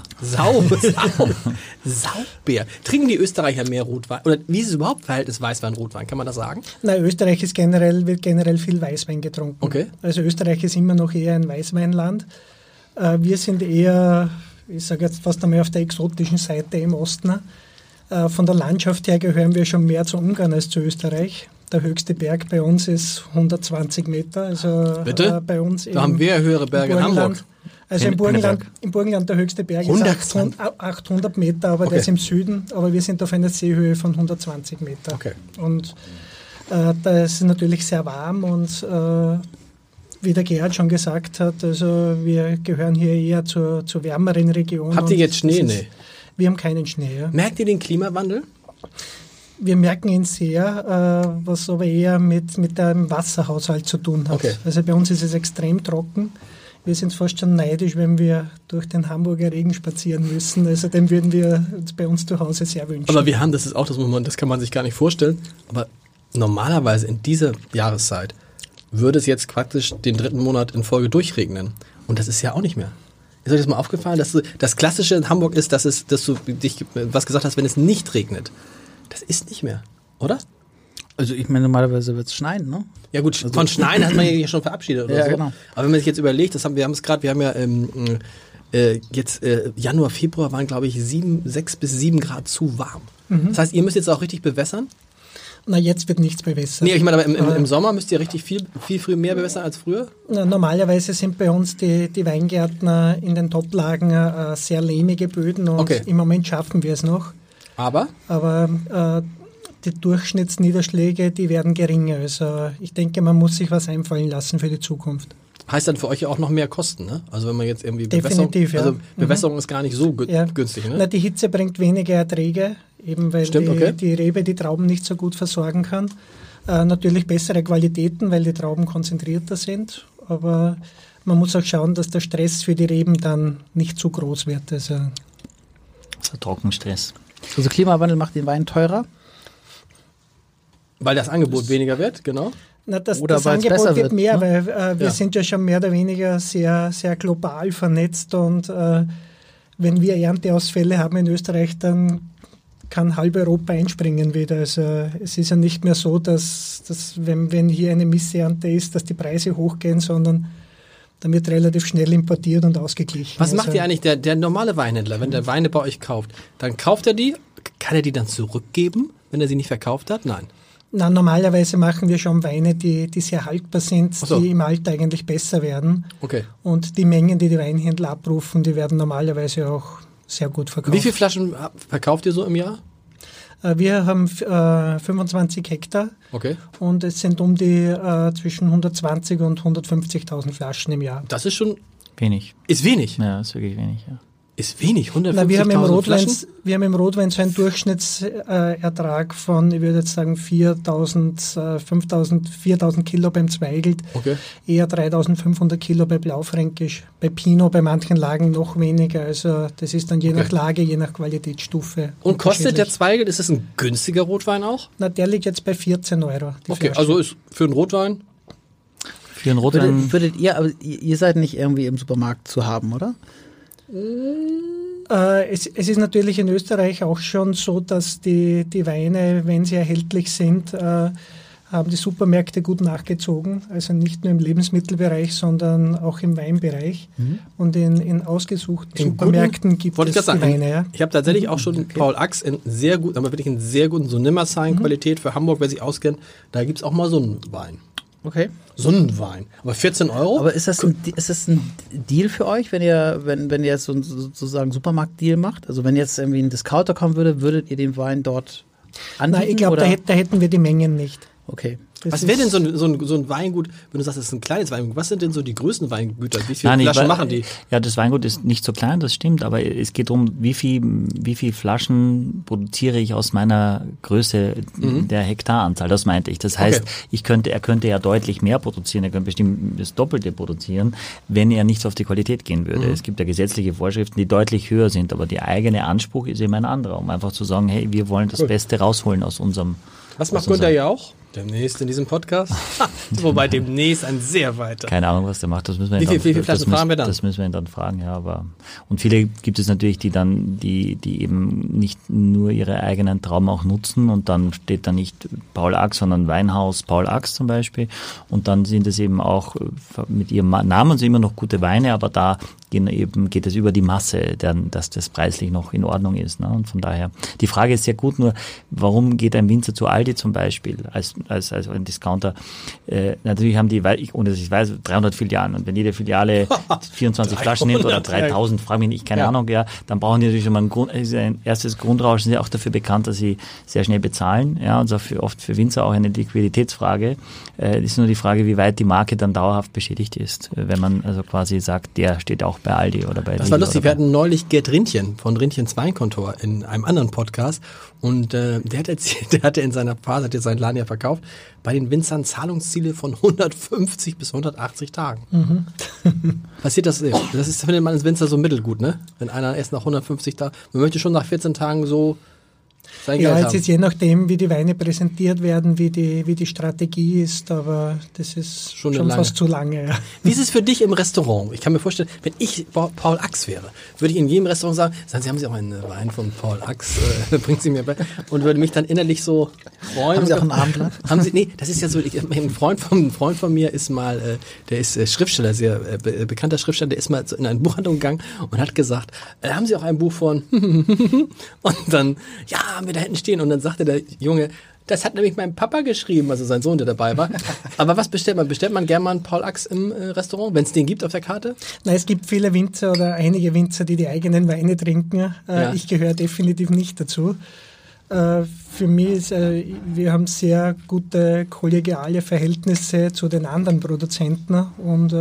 Saubeer. Trinken die Österreicher mehr Rotwein? Oder wie ist es überhaupt Verhältnis Weißwein-Rotwein? Kann man das sagen? Nein, Österreich wird generell viel Weißwein getrunken. Okay. Also Österreich ist immer noch eher ein Weißweinland. Wir sind eher, ich sage jetzt fast einmal auf der exotischen Seite im Osten. Von der Landschaft her gehören wir schon mehr zu Ungarn als zu Österreich. Der höchste Berg bei uns ist 120 Meter. Also bitte? Bei uns da haben wir höhere Berge in Hamburg. Also im Burgenland der höchste Berg ist 800 Meter, aber der ist im Süden. Aber wir sind auf einer Seehöhe von 120 Meter. Okay. Und da ist es natürlich sehr warm und wie der Gerhard schon gesagt hat, also wir gehören hier eher zur wärmeren Region. Habt ihr jetzt Schnee? Nee. Wir haben keinen Schnee. Ja. Merkt ihr den Klimawandel? Wir merken ihn sehr, was aber eher mit dem Wasserhaushalt zu tun hat. Okay. Also bei uns ist es extrem trocken. Wir sind fast schon neidisch, wenn wir durch den Hamburger Regen spazieren müssen. Also den würden wir uns bei uns zu Hause sehr wünschen. Aber wir haben, das ist auch das Moment, das kann man sich gar nicht vorstellen, aber normalerweise in dieser Jahreszeit würde es jetzt praktisch den 3. Monat in Folge durchregnen. Und das ist ja auch nicht mehr. Ist euch das mal aufgefallen, dass das Klassische in Hamburg ist, dass du dich was gesagt hast, wenn es nicht regnet. Das ist nicht mehr, oder? Also ich meine, normalerweise wird es schneien, ne? Ja gut, von Schneien hat man ja schon verabschiedet oder Ja, so. genau. Aber wenn man sich jetzt überlegt, wir haben ja jetzt Januar, Februar waren, glaube ich, 6 bis 7 Grad zu warm. Das heißt, ihr müsst jetzt auch richtig bewässern? Na, jetzt wird nichts bewässert. Nee, ich meine, aber im Sommer müsst ihr richtig viel früher mehr bewässern als früher? Na, normalerweise sind bei uns die Weingärtner in den Toplagen sehr lehmige Böden und im Moment schaffen wir es noch. Aber die Durchschnittsniederschläge, die werden geringer. Also ich denke, man muss sich was einfallen lassen für die Zukunft. Heißt dann für euch auch noch mehr Kosten, ne? Also wenn man jetzt irgendwie Definitiv, Bewässerung ist gar nicht so günstig, ne? Na, die Hitze bringt weniger Erträge, eben weil die Rebe die Trauben nicht so gut versorgen kann. Natürlich bessere Qualitäten, weil die Trauben konzentrierter sind, aber man muss auch schauen, dass der Stress für die Reben dann nicht zu groß wird. Also Trockenstress. Also Klimawandel macht den Wein teurer? Weil das Angebot weniger wird, genau. Na, das weil Angebot wird mehr, ne? weil wir sind ja schon mehr oder weniger sehr, sehr global vernetzt und wenn wir Ernteausfälle haben in Österreich, dann kann halb Europa einspringen wieder. Also es ist ja nicht mehr so, dass wenn hier eine Missernte ist, dass die Preise hochgehen, sondern dann wird relativ schnell importiert und ausgeglichen. Was macht ihr eigentlich, der normale Weinhändler, wenn der Weine bei euch kauft? Dann kauft er die, kann er die dann zurückgeben, wenn er sie nicht verkauft hat? Nein. Na, normalerweise machen wir schon Weine, die sehr haltbar sind, die im Alter eigentlich besser werden. Okay. Und die Mengen, die Weinhändler abrufen, die werden normalerweise auch sehr gut verkauft. Wie viele Flaschen verkauft ihr so im Jahr? Wir haben 25 Hektar und es sind um die zwischen 120 und 150.000 Flaschen im Jahr. Das ist schon wenig. Ist wenig? Ja, ist wirklich wenig, ja. Ist wenig, 150.000 Flaschen? Flaschen? Wir haben im Rotwein so einen Durchschnittsertrag von, ich würde jetzt sagen, 4.000 Kilo beim Zweigelt, eher 3.500 Kilo bei Blaufränkisch, bei Pinot bei manchen Lagen noch weniger. Also das ist dann je nach Lage, je nach Qualitätsstufe. Und kostet der Zweigelt, ist das ein günstiger Rotwein auch? Na, der liegt jetzt bei 14 Euro. Also ist für einen Rotwein? Für einen Rotwein. Würdet ihr, aber ihr seid nicht irgendwie im Supermarkt zu haben, oder? Es ist natürlich in Österreich auch schon so, dass die Weine, wenn sie erhältlich sind, haben die Supermärkte gut nachgezogen. Also nicht nur im Lebensmittelbereich, sondern auch im Weinbereich. Und in ausgesuchten Supermärkten gibt es die Weine. Ja. Ich habe tatsächlich auch schon Paul Achs in sehr guten, aber wirklich in sehr guten, so Nimmersheim-Qualität für Hamburg, wer sich auskennt. Da gibt es auch mal so einen Wein. Okay. Sonnenwein. Aber 14 Euro? Aber ist das ein Deal für euch, wenn ihr jetzt so sozusagen Supermarkt-Deal macht? Also wenn jetzt irgendwie ein Discounter kommen würde, würdet ihr den Wein dort anbieten? Nein, ich glaube, da hätten wir die Mengen nicht. Okay. Was wäre denn so ein Weingut, wenn du sagst, das ist ein kleines Weingut, was sind denn so die größten Weingüter? Wie viele Flaschen machen die? Ja, das Weingut ist nicht so klein, das stimmt, aber es geht darum, wie viel Flaschen produziere ich aus meiner Größe der Hektaranzahl, das meinte ich. Das heißt, er könnte ja deutlich mehr produzieren, er könnte bestimmt das Doppelte produzieren, wenn er nicht so auf die Qualität gehen würde. Es gibt ja gesetzliche Vorschriften, die deutlich höher sind, aber der eigene Anspruch ist eben ein anderer, um einfach zu sagen, hey, wir wollen das Beste rausholen aus unserem... Was macht Günther ja auch? Demnächst in diesem Podcast. Wobei demnächst ein sehr weiter. Keine Ahnung, was der macht. Das müssen wir wie viele Flaschen fahren wir dann? Das müssen wir ihn dann fragen, ja. Und viele gibt es natürlich, die eben nicht nur ihre eigenen Trauben auch nutzen und dann steht da nicht Paul Achs, sondern Weinhaus Paul Achs zum Beispiel. Und dann sind es eben auch mit ihrem Namen sind immer noch gute Weine, aber da geht es über die Masse, dass das preislich noch in Ordnung ist. Ne? Und von daher, die Frage ist sehr gut, nur warum geht ein Winzer zu Aldi zum Beispiel als ein Discounter? Natürlich haben die, ohne dass ich weiß, 300 Filialen und wenn jede Filiale 24 Flaschen nimmt oder 3000, frage mich nicht, keine Ahnung, ja, dann brauchen die natürlich schon mal ein erstes Grundrauschen, sind ja auch dafür bekannt, dass sie sehr schnell bezahlen, ja, und so oft für Winzer auch eine Liquiditätsfrage. Ist nur die Frage, wie weit die Marke dann dauerhaft beschädigt ist, wenn man also quasi sagt, der steht auch bei Aldi oder bei Lidl. Das war lustig, wir hatten neulich Gerd Rintchen von Rintchens Weinkontor in einem anderen Podcast und der hat erzählt, der hatte in seiner Phase, hat jetzt seinen Laden ja verkauft, bei den Winzern Zahlungsziele von 150 bis 180 Tagen. Passiert das? Das findet man als Winzer so mittelgut, ne? Wenn einer erst nach 150 Tagen, man möchte schon nach 14 Tagen so Ja, jetzt ist je nachdem, wie die Weine präsentiert werden, wie die Strategie ist, aber das ist schon fast zu lange. Ja. Wie ist es für dich im Restaurant? Ich kann mir vorstellen, wenn ich Paul Achs wäre, würde ich in jedem Restaurant sagen, Sie haben Sie auch einen Wein von Paul Achs, bringt Sie mir bei, und würde mich dann innerlich so freuen. Haben Sie auch ein Abendblatt? Nee, das ist ja so, ein Freund von mir ist mal, der ist Schriftsteller, sehr bekannter Schriftsteller, der ist mal in eine Buchhandlung gegangen und hat gesagt, haben Sie auch ein Buch von und dann, ja, haben wir da hinten stehen und dann sagte der Junge, das hat nämlich mein Papa geschrieben, also sein Sohn, der dabei war. Aber was bestellt man? Bestellt man gerne mal einen Paul Achs im Restaurant, wenn es den gibt auf der Karte? Nein, es gibt viele Winzer oder einige Winzer, die eigenen Weine trinken. Ja. Ich gehöre definitiv nicht dazu. Für mich ist, wir haben sehr gute kollegiale Verhältnisse zu den anderen Produzenten und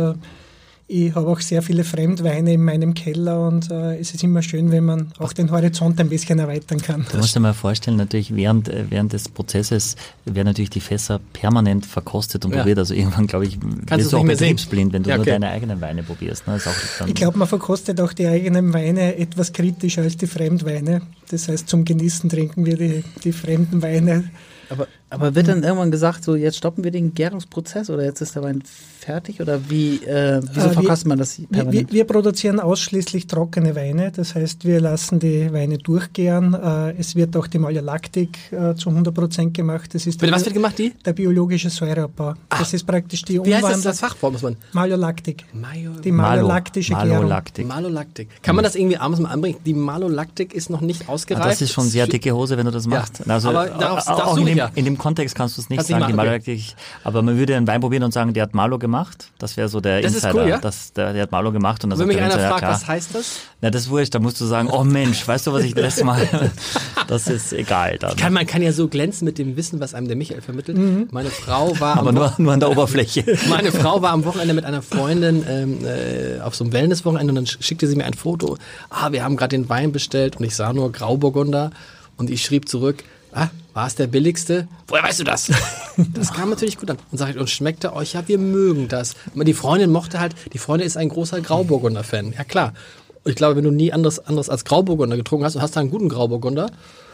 ich habe auch sehr viele Fremdweine in meinem Keller und es ist immer schön, wenn man auch den Horizont ein bisschen erweitern kann. Du musst dir mal vorstellen, natürlich während des Prozesses werden natürlich die Fässer permanent verkostet und probiert. Also irgendwann, glaube ich, wirst du auch betriebsblind, wenn du nur deine eigenen Weine probierst. Ne? Ich glaube, man verkostet auch die eigenen Weine etwas kritischer als die Fremdweine. Das heißt, zum Genießen trinken wir die fremden Weine. Aber wird dann irgendwann gesagt, so jetzt stoppen wir den Gärungsprozess oder jetzt ist der Wein fertig oder wieso verkostet man das permanent? Wir produzieren ausschließlich trockene Weine, das heißt, wir lassen die Weine durchgären. Es wird auch die Malolaktik zu 100% gemacht. Das ist was wird gemacht, die? Der biologische Säureabbau. Das ist praktisch die Umwandlung. Wie heißt das Fachwort, muss man? Malolaktik. Die malolaktische Gärung. Malolaktik. Kann man das irgendwie abends mal anbringen? Die Malolaktik ist noch nicht ausgereift. Das ist schon sehr dicke Hose, wenn du das machst. Ja, also, aber darauf in dem Kontext kannst du es nicht sagen, die Malolaktik. Aber man würde einen Wein probieren und sagen, der hat Malo gemacht. Das wäre so der das Insider. Ist cool, ja? Der hat Malo gemacht. Und wenn mich einer fragt, was heißt das? Na, das ist wurscht. Da musst du sagen, oh Mensch, weißt du, was ich das letzte Mal... Das ist egal. Dann. Man kann ja so glänzen mit dem Wissen, was einem der Michael vermittelt. Meine Frau war... Aber nur an der Oberfläche. Meine Frau war am Wochenende mit einer Freundin auf so einem Wellnesswochenende und dann schickte sie mir ein Foto. Wir haben gerade den Wein bestellt und ich sah nur Grauburgunder und ich schrieb zurück, war es der billigste? Woher weißt du das? Das kam natürlich gut an. Und sag ich, und schmeckte euch, ja, wir mögen das. Aber die Freundin die Freundin ist ein großer Grauburgunder-Fan. Ja, klar. Und ich glaube, wenn du nie anderes als Grauburgunder getrunken hast und hast da einen guten Grauburgunder,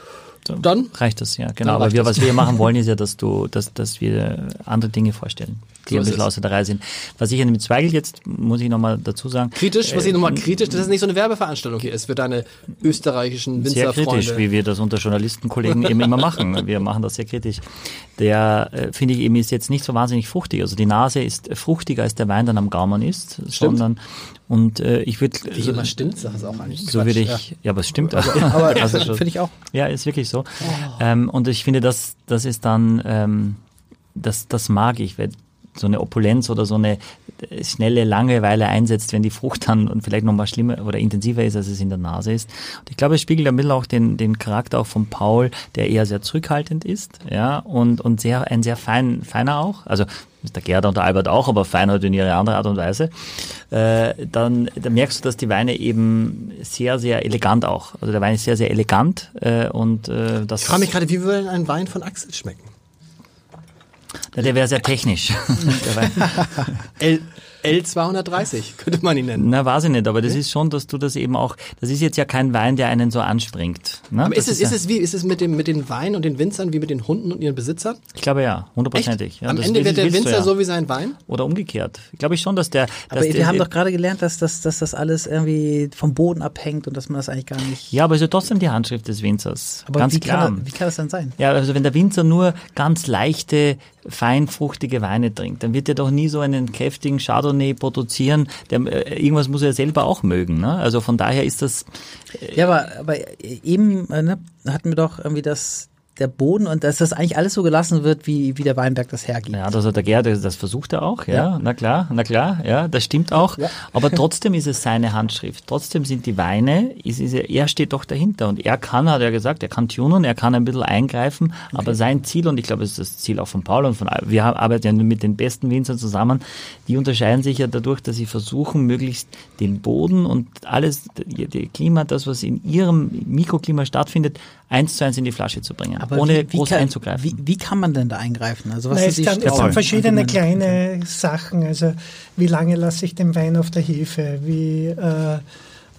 dann reicht das, ja, genau. Aber was wir hier machen wollen, ist ja, dass wir andere Dinge vorstellen, die ein bisschen außer der Reihe sind. Was ich mit Zweigl jetzt, muss ich nochmal dazu sagen. Kritisch, dass das nicht so eine Werbeveranstaltung hier ist für deine österreichischen Winzerfreunde. Sehr kritisch, wie wir das unter Journalistenkollegen eben immer machen. Wir machen das sehr kritisch. Der, finde ich eben, ist jetzt nicht so wahnsinnig fruchtig. Also die Nase ist fruchtiger, als der Wein dann am Gaumen ist. Stimmt. Ich würde... Wie immer stimmt, sag es auch eigentlich. So würde ich... Ja, aber es stimmt. Aber finde ich auch. Ja, ist wirklich so. Und ich finde, das ist dann... Das mag ich, weil so eine Opulenz oder so eine schnelle Langeweile einsetzt, wenn die Frucht dann und vielleicht nochmal schlimmer oder intensiver ist, als es in der Nase ist. Und ich glaube, es spiegelt ein bisschen auch den Charakter auch von Paul, der eher sehr zurückhaltend ist, ja, und ein sehr feiner auch, also der Gerda und der Albert auch, aber feiner in ihre andere Art und Weise. Dann merkst du, dass die Weine eben sehr, sehr elegant auch, also der Wein ist sehr, sehr elegant das... Ich frage mich gerade, wie würde ein Wein von Axel schmecken? Der wäre sehr technisch. L230 könnte man ihn nennen. Na, weiß ich nicht, aber das ist schon, dass du das eben auch, das ist jetzt ja kein Wein, der einen so anspringt. Ne? Aber ist es mit den Weinen und den Winzern wie mit den Hunden und ihren Besitzern? Ich glaube ja, 100%. Ja, am Ende wird der Winzer so wie sein Wein? Oder umgekehrt. Ich glaube schon, dass der... Aber wir haben doch gerade gelernt, dass das alles irgendwie vom Boden abhängt und dass man das eigentlich gar nicht... Ja, aber es ist ja trotzdem die Handschrift des Winzers. Aber ganz wie klar. Wie kann das dann sein? Ja, also wenn der Winzer nur ganz leichte, feinfruchtige Weine trinkt, dann wird er doch nie so einen kräftigen Chardonnay produzieren. Irgendwas muss er selber auch mögen. Ne? Also von daher ist das... Ja, aber eben hatten wir doch irgendwie der Boden und dass das eigentlich alles so gelassen wird, wie der Weinberg das hergibt. Ja, also der Gerd, das versucht er auch, ja. Na klar, ja, das stimmt auch. Ja. Aber trotzdem ist es seine Handschrift. Trotzdem sind die Weine, er steht doch dahinter und er kann, hat er gesagt, er kann tunen, er kann ein bisschen eingreifen, aber sein Ziel, und ich glaube, es ist das Ziel auch von Paul und wir arbeiten ja mit den besten Winzern zusammen, die unterscheiden sich ja dadurch, dass sie versuchen, möglichst den Boden und alles, die Klima, das, was in ihrem Mikroklima stattfindet, 1:1 in die Flasche zu bringen. Aber ohne groß einzugreifen. Wie kann man denn da eingreifen? Also es sind verschiedene kleine Sachen. Also wie lange lasse ich den Wein auf der Hefe?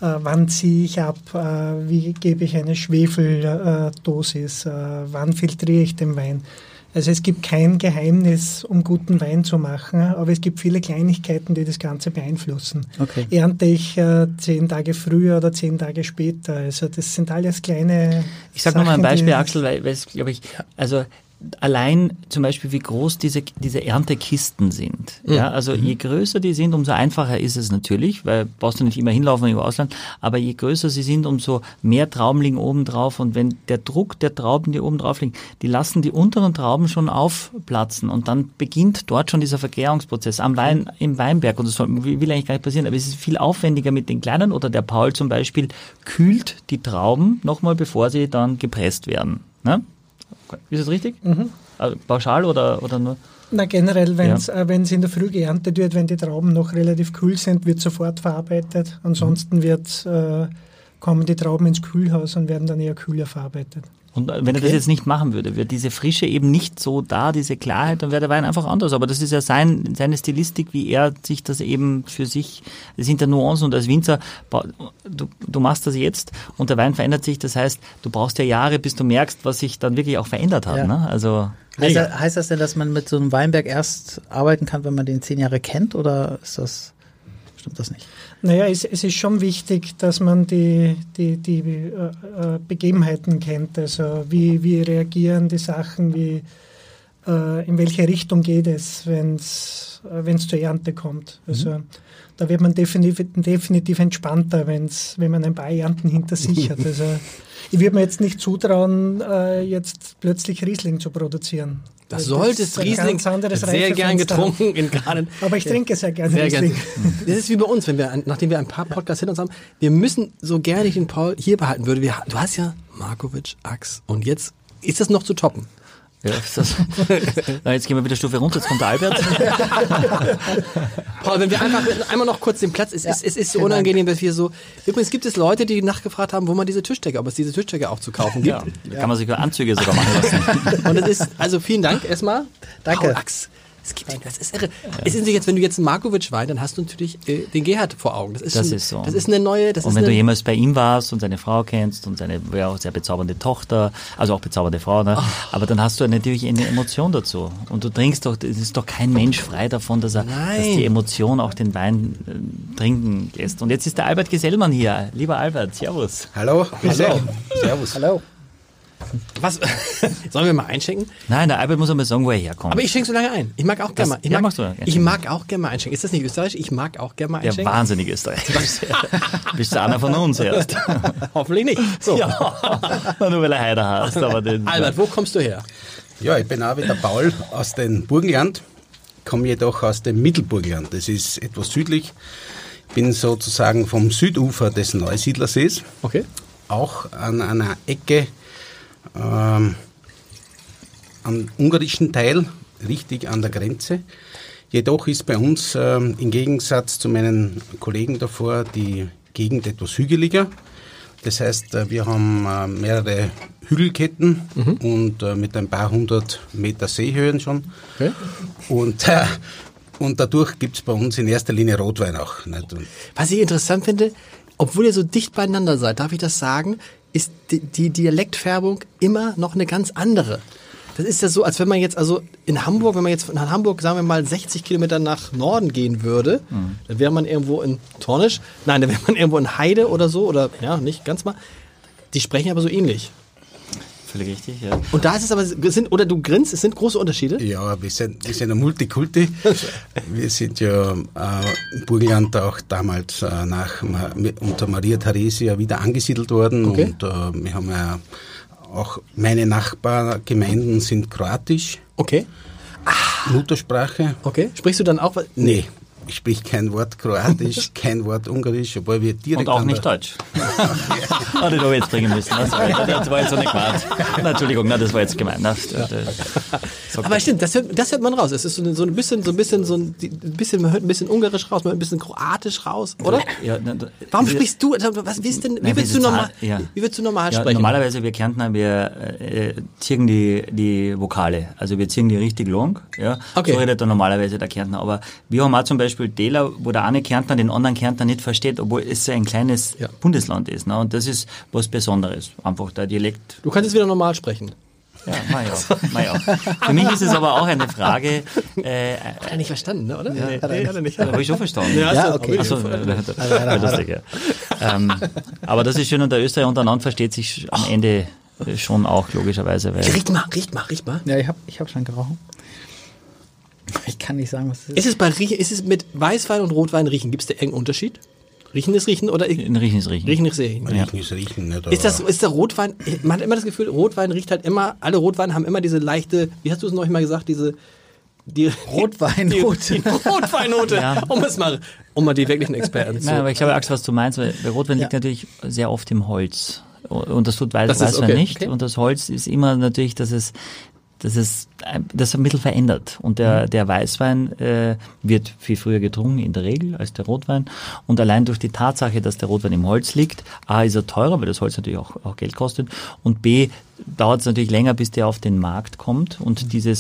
wann ziehe ich ab, wie gebe ich eine Schwefeldosis, wann filtriere ich den Wein. Also es gibt kein Geheimnis, um guten Wein zu machen, aber es gibt viele Kleinigkeiten, die das Ganze beeinflussen. Okay. Ernte ich 10 Tage früher oder 10 Tage später? Also das sind alles kleine Ich sage nochmal ein Beispiel, Axel, weil es, glaube ich, also allein zum Beispiel, wie groß diese Erntekisten sind. Ja, also je größer die sind, umso einfacher ist es natürlich, weil brauchst du nicht immer hinlaufen im Ausland, aber je größer sie sind, umso mehr Trauben liegen oben drauf und wenn der Druck der Trauben, die oben drauf liegen, die lassen die unteren Trauben schon aufplatzen und dann beginnt dort schon dieser Vergärungsprozess im Weinberg und das will eigentlich gar nicht passieren, aber es ist viel aufwendiger mit den kleinen oder der Paul zum Beispiel kühlt die Trauben nochmal, bevor sie dann gepresst werden. Ne? Ist das richtig? Also pauschal oder nur? Na, generell, wenn es in der Früh geerntet wird, wenn die Trauben noch relativ kühl sind, wird sofort verarbeitet. Ansonsten kommen die Trauben ins Kühlhaus und werden dann eher kühler verarbeitet. Und wenn er das jetzt nicht machen würde, wäre diese Frische eben nicht so da, diese Klarheit, dann wäre der Wein einfach anders. Aber das ist ja seine Stilistik, wie er sich das eben für sich, das sind ja Nuancen und als Winzer, du machst das jetzt und der Wein verändert sich. Das heißt, du brauchst ja Jahre, bis du merkst, was sich dann wirklich auch verändert hat. Ja. Ne? Also Heißt das denn, dass man mit so einem Weinberg erst arbeiten kann, wenn man den 10 Jahre kennt oder stimmt das nicht? Naja, es ist schon wichtig, dass man die Begebenheiten kennt. Also wie reagieren die Sachen, in welche Richtung geht es, wenn es zur Ernte kommt. Also da wird man definitiv entspannter, wenn man ein paar Ernten hinter sich hat. Also ich würde mir jetzt nicht zutrauen, jetzt plötzlich Riesling zu produzieren. Das solltest Riesling sehr gern getrunken in Garden. Aber ich trinke sehr gerne Riesling. Das ist wie bei uns, nachdem wir ein paar Podcasts hinter uns haben, wir müssen so gerne den Paul hier behalten würde. Du hast ja Markovic, Ax und jetzt ist das noch zu toppen. Ja, jetzt gehen wir wieder Stufe runter, jetzt kommt der Albert. Paul, wenn wir einmal noch kurz den Platz, es ist so unangenehm, dass wir so, übrigens gibt es Leute, die nachgefragt haben, ob es diese Tischdecke auch zu kaufen gibt. Ja, da kann man sich Anzüge sogar machen lassen. Und es ist, also vielen Dank erstmal. Danke. Paul, Ax. Das ist irre. Es ist jetzt, wenn du jetzt einen Markovic-Wein, dann hast du natürlich den Gerhard vor Augen. Das ist so. Das ist eine neue. Und wenn du jemals bei ihm warst und seine Frau kennst und seine auch sehr bezaubernde Tochter, also auch bezaubernde Frau, ne? Aber dann hast du natürlich eine Emotion dazu. Und du trinkst doch, es ist doch kein Mensch frei davon, dass die Emotion auch den Wein trinken lässt. Und jetzt ist der Albert Gesellmann hier. Lieber Albert, servus. Hallo. Servus. Hallo. Was? Sollen wir mal einschenken? Nein, der Albert muss einmal sagen, wo er herkommt. Aber ich schenke so lange ein. Ich mag auch gerne mal. Ich mag auch gerne mal einschenken. Ist das nicht österreichisch? Ich mag auch gerne mal einschenken. Ja, wahnsinnig österreichisch. Bist du einer von uns erst? Hoffentlich nicht. So. Ja, nur weil er Heider hast. Aber Albert, wo kommst du her? Ja, ich bin auch wieder Paul aus dem Burgenland, komme jedoch aus dem Mittelburgenland. Das ist etwas südlich. Ich bin sozusagen vom Südufer des Neusiedlersees. Okay. Auch an einer Ecke am ungarischen Teil, richtig an der Grenze. Jedoch ist bei uns im Gegensatz zu meinen Kollegen davor die Gegend etwas hügeliger. Das heißt, wir haben mehrere Hügelketten und mit ein paar 100 Meter Seehöhen schon. Okay. Und dadurch gibt es bei uns in erster Linie Rotwein auch. Nicht? Was ich interessant finde, obwohl ihr so dicht beieinander seid, darf ich das sagen, ist die Dialektfärbung immer noch eine ganz andere. Das ist ja so, als wenn man jetzt in Hamburg, wenn man jetzt nach Hamburg, sagen wir mal, 60 Kilometer nach Norden gehen würde, dann wäre man irgendwo in Tornisch, dann wäre man irgendwo in Heide oder so, oder ja, nicht ganz mal. Die sprechen aber so ähnlich. Völlig richtig, ja. Und da ist es aber, oder du grinst, es sind große Unterschiede? Ja, wir sind ein Multikulti. Wir sind ja im Burgenland auch damals unter Maria Theresia wieder angesiedelt worden. Okay. Und wir haben ja auch, meine Nachbargemeinden sind kroatisch. Okay. Muttersprache. Okay. Sprichst du dann auch? Nee. Ich sprich kein Wort Kroatisch, kein Wort Ungarisch, obwohl wir direkt... Und auch nicht Deutsch. Das habe ich jetzt bringen müssen. Das war jetzt so nicht gemeint. Entschuldigung, das war jetzt gemeint. Aber stimmt, das hört man raus. Es ist so ein bisschen, man hört ein bisschen Ungarisch raus, man hört ein bisschen Kroatisch raus, oder? Ja, warum sprichst du, wie würdest du normal sprechen? Normalerweise, wir Kärntner, wir ziehen die Vokale. Also wir ziehen die richtig lang. Ja. Okay. So redet normalerweise der Kärntner. Aber wir haben auch zum Beispiel Beispiel Dela, wo der eine Kärntner den anderen Kärntner nicht versteht, obwohl es so ein kleines Bundesland ist. Ne? Und das ist was Besonderes, einfach der Dialekt. Du kannst jetzt wieder normal sprechen. Ja, mach ich auch. Für mich ist es aber auch eine Frage. Hat er nicht verstanden, ne, oder? Ja, hat er nicht. Habe ich schon verstanden. Ja, okay. Achso, lustig, ja. Aber das ist schön, und der Österreicher untereinander versteht sich am Ende schon auch, logischerweise. Weil Riecht mal. Ja, ich hab schon gerochen. Ich kann nicht sagen, was es ist. Ist es mit Weißwein und Rotwein riechen? Gibt es da irgendeinen Unterschied? Riechen ist Riechen oder? Riechen ist Riechen. Riechen ist Riechen. Riechen ist Riechen, nicht? Ist der Rotwein, man hat immer das Gefühl, Rotwein riecht halt immer, alle Rotweine haben immer diese leichte, wie hast du es noch mal gesagt, die Rotweinnote. Die Rotweinnote, Ja. um mal die wirklichen Experten zu. Nein, aber ich glaube, Axel, was du meinst, weil Rotwein liegt natürlich sehr oft im Holz. Und das tut Das ist Weißwein okay, nicht. okay. Und das Holz ist immer natürlich, dass es ein bisschen verändert. Und der Weißwein wird viel früher getrunken, in der Regel, als der Rotwein. Und allein durch die Tatsache, dass der Rotwein im Holz liegt, A, ist er teurer, weil das Holz natürlich auch Geld kostet. Und B, dauert es natürlich länger, bis der auf den Markt kommt. Und die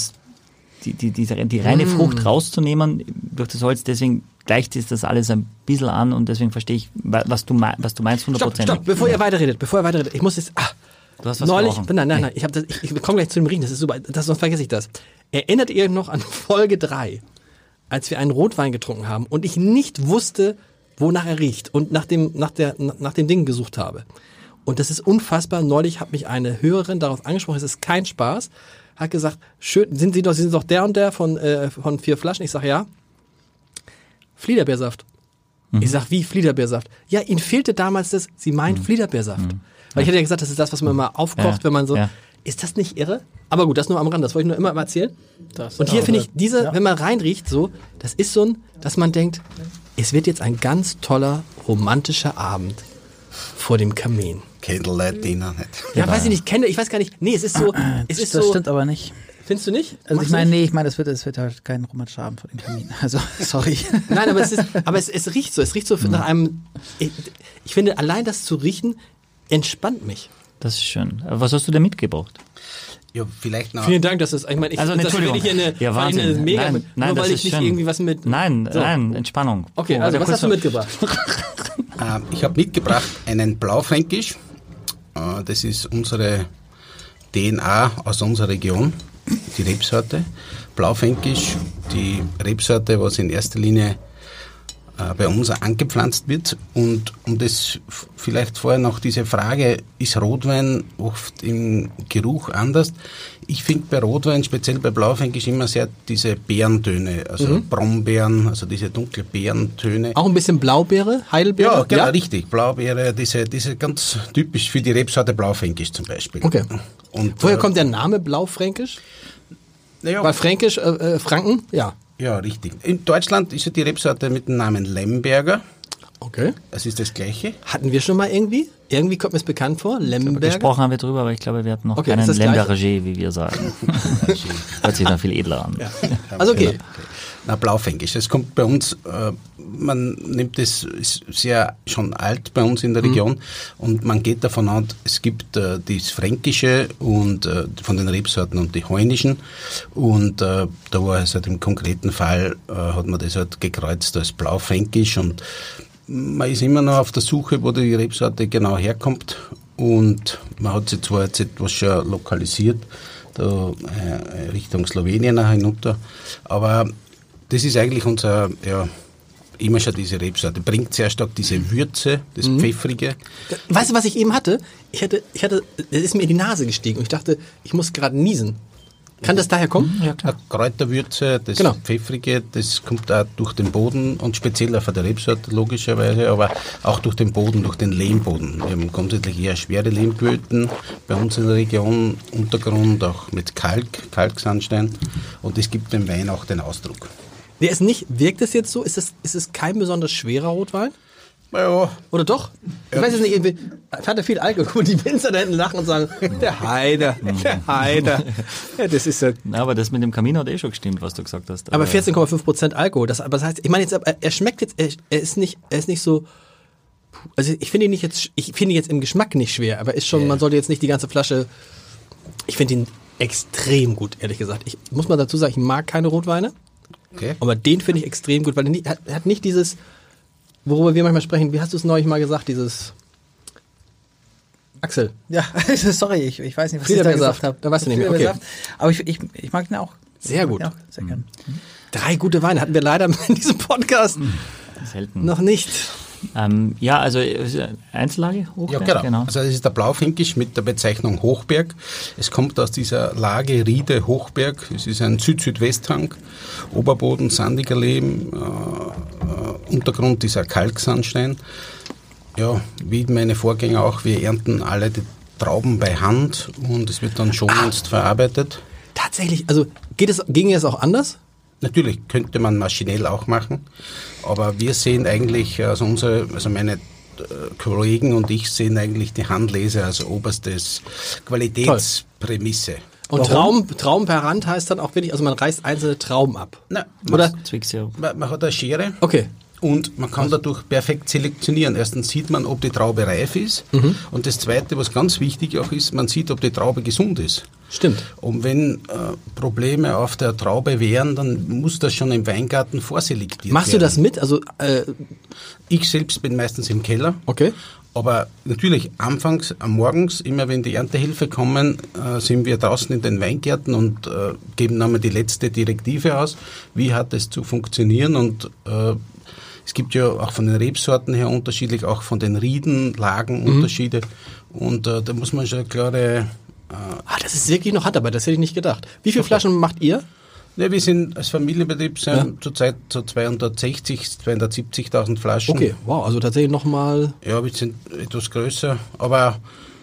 reine Frucht rauszunehmen durch das Holz, deswegen gleicht ist das alles ein bisschen an, und deswegen verstehe ich, was du meinst, 100%. Stopp, bevor ihr weiterredet, ich muss jetzt, Du hast was neulich, gebrochen. nein, ich komme gleich zu dem Riechen, das ist super, sonst vergesse ich das. Erinnert ihr euch noch an Folge 3, als wir einen Rotwein getrunken haben und ich nicht wusste, wonach er riecht und nach dem Ding gesucht habe? Und das ist unfassbar. Neulich hat mich eine Hörerin darauf angesprochen, es ist kein Spaß, hat gesagt, schön, sind Sie doch der und der von 4 Flaschen? Ich sage, ja. Fliederbeersaft. Ich sag, wie Fliederbeersaft? Ja, Ihnen fehlte damals das, Sie meint Fliederbeersaft. Weil ich hätte ja gesagt, das ist das, was man immer aufkocht, wenn man so, ist das nicht irre? Aber gut, das nur am Rand, das wollte ich nur immer erzählen. Und hier finde ich, wenn man reinriecht, so, das ist so dass man denkt, es wird jetzt ein ganz toller, romantischer Abend vor dem Kamin. Candlelight Dinner nicht. Ja, weiß ich nicht, ich weiß gar nicht. Nee, es ist so, Das stimmt aber nicht. Findest du nicht? Also ich meine, das wird halt kein romantischer Abend vor dem Kamin. Also, sorry. Nein, aber es riecht so. Es riecht so nach einem, ich finde, allein das zu riechen, entspannt mich. Das ist schön. Aber was hast du denn mitgebracht? Ja, vielleicht noch. Vielen Dank, dass es, Entschuldigung. Nur Wahnsinn. weil das ich ist nicht schön. irgendwie was mit... Nein, Entspannung. Okay, also was hast du mitgebracht? Ich habe mitgebracht einen Blaufränkisch. Das ist unsere DNA aus unserer Region, die Rebsorte. Blaufränkisch, die Rebsorte, was in erster Linie bei uns angepflanzt wird. Und um das vielleicht vorher noch diese Frage, ist Rotwein oft im Geruch anders? Ich finde bei Rotwein, speziell bei Blaufränkisch, immer sehr diese Beerentöne, also Brombeeren, also diese dunkle Beerentöne. Auch ein bisschen Blaubeere, Heidelbeere? Ja, genau, richtig. Blaubeere, diese ganz typisch für die Rebsorte Blaufränkisch zum Beispiel. Okay. Und, Woher kommt der Name Blaufränkisch? Naja, Weil Fränkisch, Franken? Ja. Ja, richtig. In Deutschland ist ja die Rebsorte mit dem Namen Lemberger. Okay. Das ist das Gleiche. Hatten wir schon mal irgendwie? Irgendwie kommt mir es bekannt vor. Lemberger? Gesprochen haben wir drüber, aber ich glaube, wir hatten noch Okay, keinen ist das Lemberger, wie wir sagen. Hört sich dann viel edler an. Ja. Also okay. Na, Blaufränkisch. Das kommt bei uns, man nimmt das, ist sehr schon alt bei uns in der Region und man geht davon aus, es gibt das Fränkische und von den Rebsorten und die Heunischen und da war es halt im konkreten Fall, hat man das halt gekreuzt als Blaufränkisch und man ist immer noch auf der Suche, wo die Rebsorte genau herkommt und man hat sie zwar jetzt etwas schon lokalisiert, da Richtung Slowenien hinunter, aber das ist eigentlich unser, immer schon diese Rebsorte. Bringt sehr stark diese Würze, das Pfeffrige. Weißt du, was ich eben hatte? Ich hatte, es ist mir in die Nase gestiegen und ich dachte, ich muss gerade niesen. Kann das daher kommen? Ja, klar. Kräuterwürze, das Genau. Pfeffrige, das kommt auch durch den Boden und speziell auch von der Rebsorte logischerweise, aber auch durch den Boden, durch den Lehmboden. Wir haben grundsätzlich eher schwere Lehmböden bei uns in der Region, Untergrund auch mit Kalksandstein und das gibt dem Wein auch den Ausdruck. Der ist nicht, wirkt es jetzt so? Ist es kein besonders schwerer Rotwein? Ja, Oder doch? Ich weiß es nicht, hat er viel Alkohol? Die Winzer da hinten lachen und sagen, der Heider. Ja, das ist ja. Na, aber das mit dem Kamin hat schon gestimmt, was du gesagt hast. Aber 14,5% Alkohol. Das heißt, ich meine jetzt, er schmeckt jetzt, er ist nicht so. Also ich finde ihn jetzt im Geschmack nicht schwer, aber ist schon, man sollte jetzt nicht die ganze Flasche. Ich finde ihn extrem gut, ehrlich gesagt. Ich muss mal dazu sagen, ich mag keine Rotweine. Okay. Aber den finde ich extrem gut, weil er hat nicht dieses, worüber wir manchmal sprechen, wie hast du es neulich mal gesagt, dieses Axel. Ja, sorry, ich weiß nicht, was ich da gesagt habe. Da weißt du nicht mehr, okay. Aber ich mag den auch. Sehr gut. Ja, sehr gern. 3 gute Weine hatten wir leider in diesem Podcast Selten. noch nicht. Ja, also Einzellage, Hochberg? Ja, genau. Also das ist der Blaufränkisch mit der Bezeichnung Hochberg. Es kommt aus dieser Lage Riede Hochberg. Es ist ein Süd-Südwesthang, Oberboden, sandiger Lehm, Untergrund dieser Kalksandstein. Ja, wie meine Vorgänger auch, wir ernten alle die Trauben bei Hand und es wird dann schonend verarbeitet. Tatsächlich, also ging es auch anders? Natürlich könnte man maschinell auch machen, aber wir sehen eigentlich, also meine Kollegen und ich sehen eigentlich die Handlese als oberstes Qualitätsprämisse. Und Trauben per Hand heißt dann auch wirklich, also man reißt einzelne Trauben ab? Na, oder? Man hat eine Schere. Okay. Und man kann dadurch perfekt selektionieren. Erstens sieht man, ob die Traube reif ist. Und das Zweite, was ganz wichtig auch ist, man sieht, ob die Traube gesund ist. Stimmt. Und wenn Probleme auf der Traube wären, dann muss das schon im Weingarten vorselektiert werden. Machst du das mit? Also ich selbst bin meistens im Keller. Okay. Aber natürlich anfangs, morgens, immer wenn die Erntehilfe kommen, sind wir draußen in den Weingärten und geben dann mal die letzte Direktive aus. Wie hat es zu funktionieren? Und es gibt ja auch von den Rebsorten her unterschiedlich, auch von den Riedenlagen Unterschiede. Und da muss man schon klare... das ist wirklich noch Handarbeit, das hätte ich nicht gedacht. Wie viele Flaschen macht ihr? Ja, wir sind als Familienbetrieb zurzeit so 270.000 Flaschen. Okay, wow, also tatsächlich nochmal... Ja, wir sind etwas größer, aber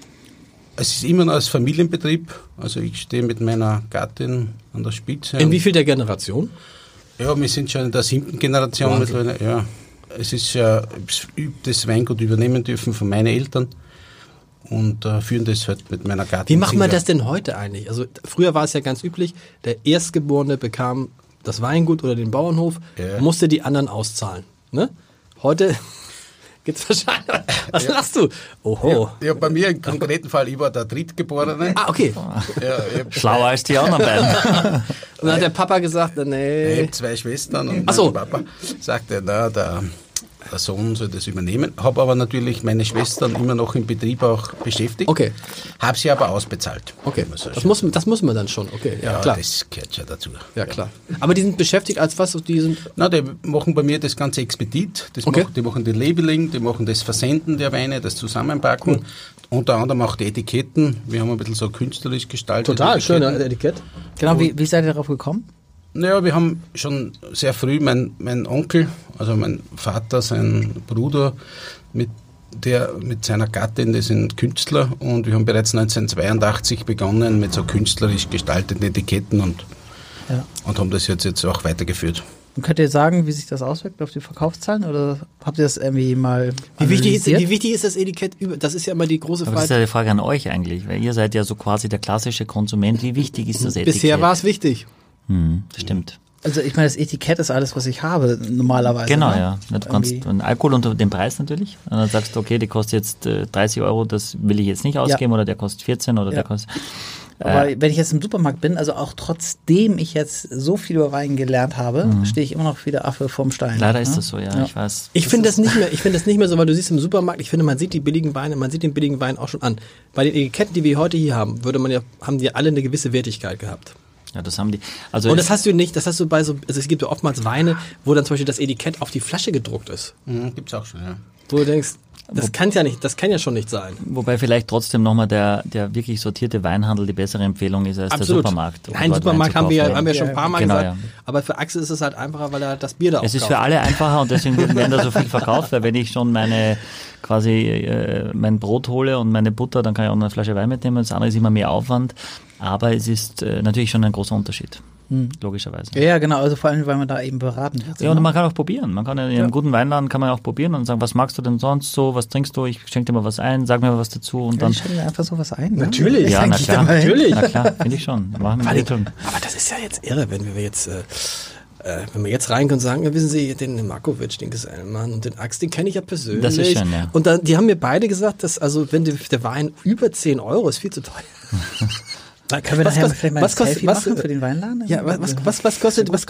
es ist immer noch als Familienbetrieb. Also ich stehe mit meiner Gattin an der Spitze. In wie viel der Generation? Ja, wir sind schon in der 7. Generation mittlerweile. Ja, es ist das Weingut übernehmen dürfen von meinen Eltern und führen das halt mit meiner Gattin. Wie macht man das denn heute eigentlich? Also früher war es ja ganz üblich, der Erstgeborene bekam das Weingut oder den Bauernhof, musste die anderen auszahlen. Ne? Heute gibt's wahrscheinlich... Was lachst du? Oho. Ja, bei mir im konkreten Fall, ich war der Drittgeborene. Ah, okay. Schlauer als die anderen beiden. Und dann hat der Papa gesagt, nee. Ich habe 2 Schwestern und mein Papa sagte, der Sohn soll das übernehmen. Habe aber natürlich meine Schwestern immer noch im Betrieb auch beschäftigt. Okay. Habe sie aber ausbezahlt. Okay, das muss man dann schon. Okay, ja, klar. Das gehört ja dazu. Ja, klar. Aber die sind beschäftigt als was? Die machen bei mir das ganze Expedit. Die machen die Labeling, die machen das Versenden der Weine, das Zusammenpacken. Unter anderem auch die Etiketten. Wir haben ein bisschen so künstlerisch gestaltet. Total schöner Etikett. Genau, wie seid ihr darauf gekommen? Naja, wir haben schon sehr früh, mein Onkel, also mein Vater, sein Bruder, mit seiner Gattin, die sind Künstler und wir haben bereits 1982 begonnen mit so künstlerisch gestalteten Etiketten und haben das jetzt auch weitergeführt. Und könnt ihr sagen, wie sich das auswirkt auf die Verkaufszahlen oder habt ihr das irgendwie mal Wie wichtig ist das Etikett? Das ist ja immer die große Frage. Aber das ist ja die Frage an euch eigentlich, weil ihr seid ja so quasi der klassische Konsument. Wie wichtig ist das Etikett? Bisher war es wichtig. Das stimmt. Also ich meine, das Etikett ist alles, was ich habe, normalerweise. Genau, ne? ja. Du kannst einen Alkohol unter den Preis natürlich. Und dann sagst du, okay, der kostet jetzt 30 €, das will ich jetzt nicht ausgeben, oder der kostet 14 oder der kostet... Aber wenn ich jetzt im Supermarkt bin, also auch trotzdem ich jetzt so viel über Wein gelernt habe, stehe ich immer noch wie der Affe vorm Stein. Leider ist das so, ja. Ich weiß. Ich finde das nicht mehr so, weil du siehst im Supermarkt, ich finde, man sieht den billigen Wein auch schon an. Bei den Etiketten, die wir heute hier haben, haben die alle eine gewisse Wertigkeit gehabt. Ja, das haben die. Also und das hast du bei also es gibt ja oftmals Weine, wo dann zum Beispiel das Etikett auf die Flasche gedruckt ist. Gibt's auch schon, ja. Wo du denkst, das kann ja schon nicht sein. Wobei vielleicht trotzdem nochmal der wirklich sortierte Weinhandel die bessere Empfehlung ist als Absolut. Der Supermarkt. Nein, Supermarkt haben wir ja schon ein paar Mal gesagt. Ja. Aber für Axel ist es halt einfacher, weil er das Bier da aufkauft. Es ist für alle einfacher und deswegen werden da so viel verkauft, weil wenn ich schon mein Brot hole und meine Butter, dann kann ich auch eine Flasche Wein mitnehmen. Das andere ist immer mehr Aufwand. Aber es ist natürlich schon ein großer Unterschied. Logischerweise. Ja, genau, also vor allem, weil man da eben beraten wird. Ja, und man kann auch probieren. Man kann in einem guten Weinladen kann man auch probieren und sagen, was magst du denn sonst so, was trinkst du, ich schenke dir mal was ein, sag mir was dazu und dann... Ich schenke mir einfach so was ein. Natürlich. Ja, na klar, natürlich. Na klar, finde ich schon. Machen wir aber das ist ja jetzt irre, wenn wir jetzt reingehen und sagen, ja, wissen Sie, den Markovic, den Gesellmann und den Ax, den kenne ich ja persönlich. Das ist schön, ja. Und dann, die haben mir beide gesagt, dass, also wenn der Wein über 10 € ist, viel zu teuer. Können wir nachher vielleicht mal ein Selfie machen für den Weinladen? Ja, was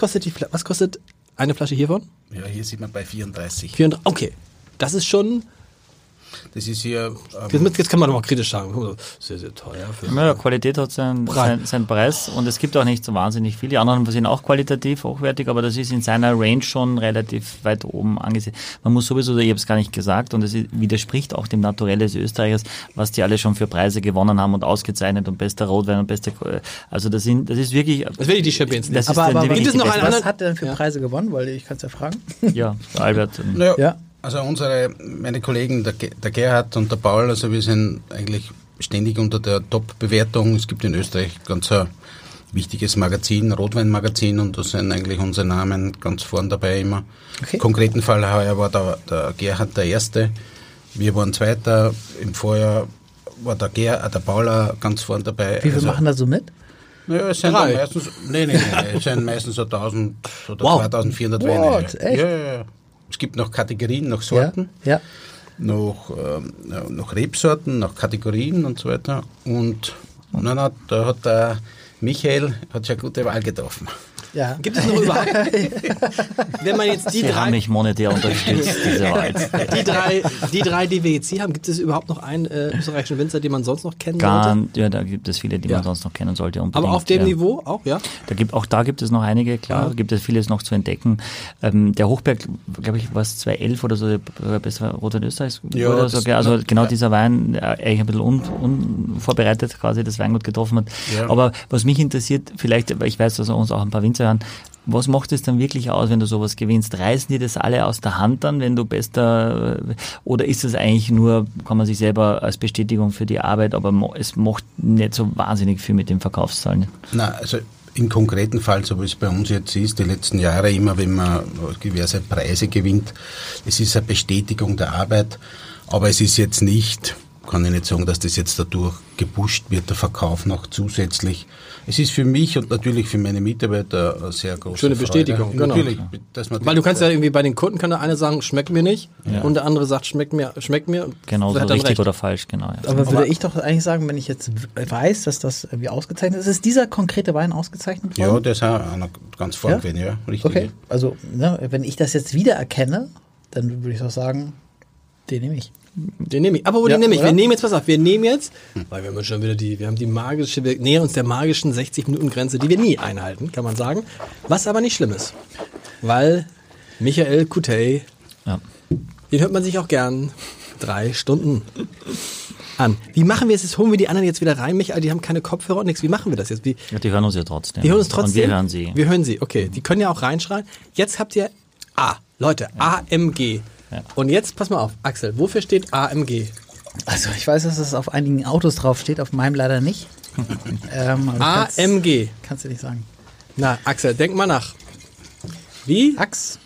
kostet eine Flasche hiervon? Ja, hier sieht man bei 34. Okay, das ist schon... Das ist hier... Jetzt kann man noch mal kritisch sagen, sehr, sehr teuer. Ja, Qualität hat seinen Preis und es gibt auch nicht so wahnsinnig viel. Die anderen sind auch qualitativ hochwertig, aber das ist in seiner Range schon relativ weit oben angesehen. Man muss sowieso, ich habe es gar nicht gesagt, und es widerspricht auch dem Naturell des Österreichers, was die alle schon für Preise gewonnen haben und ausgezeichnet und bester Rotwein und bester... Also das ist wirklich... Das will ich die Champions League. Aber gibt es noch einen anderen? Was hat er denn für Preise gewonnen? Weil ich kann es ja fragen. Ja, Albert. Ja. Also meine Kollegen, der Gerhard und der Paul, also wir sind eigentlich ständig unter der Top-Bewertung. Es gibt in Österreich ganz ein wichtiges Magazin, Rotweinmagazin, und da sind eigentlich unsere Namen ganz vorn dabei immer. Okay. Im konkreten Fall heuer war der Gerhard der Erste, wir waren Zweiter, im Vorjahr war der Paul ganz vorn dabei. Wie viel machen da so mit? Naja, es sind meistens, es sind meistens so 1000 oder 2400 Weine. Echt? Ja. Es gibt noch Kategorien, noch Sorten, noch Rebsorten, noch Kategorien und so weiter. Und da hat der Michael schon eine gute Wahl getroffen. Ja. Gibt es noch überhaupt, wenn man jetzt Sie haben mich monetär unterstützt, diese Wahl. Die drei, die wir jetzt hier haben, gibt es überhaupt noch einen österreichischen Winzer, den man sonst noch kennen sollte? Ja, da gibt es viele, die man sonst noch kennen sollte. Aber auf dem Niveau auch, ja? Auch da gibt es noch einige, klar, gibt es vieles noch zu entdecken. Der Hochberg, glaube ich, war es 2011 oder so, der beste Rotwein Österreichs. Ja, so, also genau dieser Wein, eigentlich ein bisschen unvorbereitet quasi das Weingut getroffen hat. Ja. Aber was mich interessiert, vielleicht, weil ich weiß, dass uns auch ein paar Winzer hören, was macht es dann wirklich aus, wenn du sowas gewinnst? Reißen die das alle aus der Hand dann, wenn du bester, oder ist das eigentlich nur, kann man sich selber als Bestätigung für die Arbeit, aber es macht nicht so wahnsinnig viel mit den Verkaufszahlen? Na, also im konkreten Fall, so wie es bei uns jetzt ist, die letzten Jahre immer, wenn man diverse Preise gewinnt, es ist eine Bestätigung der Arbeit, aber es ist jetzt nicht, kann ich nicht sagen, dass das jetzt dadurch gepusht wird, der Verkauf noch zusätzlich. Es ist für mich und natürlich für meine Mitarbeiter eine sehr große schöne Bestätigung, Freude. genau. Natürlich, weil du kannst ja irgendwie bei den Kunden, kann der eine sagen, schmeckt mir nicht, und der andere sagt, schmeckt mir. Genau, so richtig recht. Oder falsch, genau. Ja. Aber würde ich doch eigentlich sagen, wenn ich jetzt weiß, dass das irgendwie ausgezeichnet ist, ist dieser konkrete Wein ausgezeichnet worden? Ja, der ist auch ganz vorn gewesen, ja, richtig. Okay, also wenn ich das jetzt wieder erkenne, dann würde ich doch sagen, den nehme ich. Den nehme ich. Aber den nehme ich? Wir nehmen jetzt, pass auf, weil wir haben schon wieder wir nähern uns der magischen 60-Minuten-Grenze, die wir nie einhalten, kann man sagen. Was aber nicht schlimm ist. Weil Michael Coutey, den hört man sich auch gern 3 Stunden an. Wie machen wir es jetzt? Holen wir die anderen jetzt wieder rein, Michael? Die haben keine Kopfhörer und nichts. Wie machen wir das jetzt? Die hören uns ja trotzdem. Die hören uns trotzdem? Und wir hören sie. Wir hören sie, okay. Die können ja auch reinschreien. Jetzt habt ihr Leute, AMG. Ja. Und jetzt, pass mal auf, Axel, wofür steht AMG? Also ich weiß, dass es auf einigen Autos drauf steht, auf meinem leider nicht. AMG. Kannst du nicht sagen. Na, Axel, denk mal nach. Wie? Ax.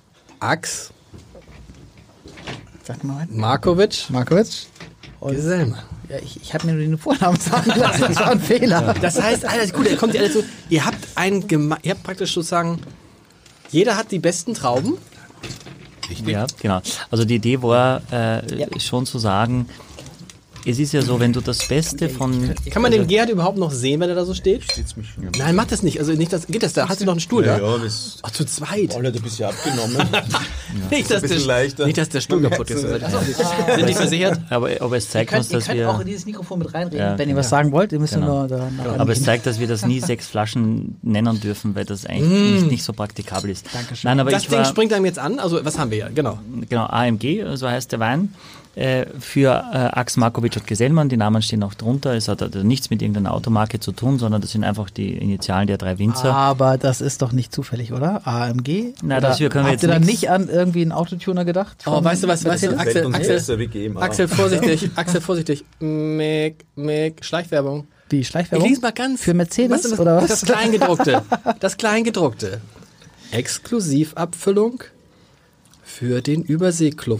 Sag mal. Markovic. Gesellmann. Ja, ich habe mir nur den Vornamen sagen lassen, das war ein Fehler. Das heißt, alles gut, kommt ihr alle zu. Ihr habt praktisch sozusagen, jeder hat die besten Trauben. Ja, genau. Also die Idee war schon zu sagen, es ist ja so, wenn du das Beste von... Kann man den Gerhard überhaupt noch sehen, wenn er da so steht? Nein, mach das nicht. Also nicht das, geht das da? Hast du noch einen Stuhl da? Ja, Ach, zu zweit. Alle hat ein bisschen abgenommen. Nicht, dass der Stuhl kaputt ist. Sind die versichert? Aber es zeigt uns, dass wir... Ihr könnt auch in dieses Mikrofon mit reinreden, wenn ihr was sagen wollt. Ihr müsst nur da Aber es zeigt, dass wir das nie 6 Flaschen nennen dürfen, weil das eigentlich nicht so praktikabel ist. Dankeschön. Nein, aber das Ding springt einem jetzt an. Also was haben wir hier? Genau, AMG, so heißt der Wein. Für Ax Markovic und Gesellmann, die Namen stehen auch drunter. Es hat also nichts mit irgendeiner Automarke zu tun, sondern das sind einfach die Initialen der 3 Winzer. Aber das ist doch nicht zufällig, oder? AMG? Na, dafür können wir jetzt habt ihr dann nicht an irgendwie einen Autotuner gedacht? Oh, weißt du was? Axel, vorsichtig. Schleichwerbung. Wie, Schleichwerbung? Ich lese mal ganz. Für Mercedes oder was? Das Kleingedruckte. Exklusivabfüllung für den Überseeklub.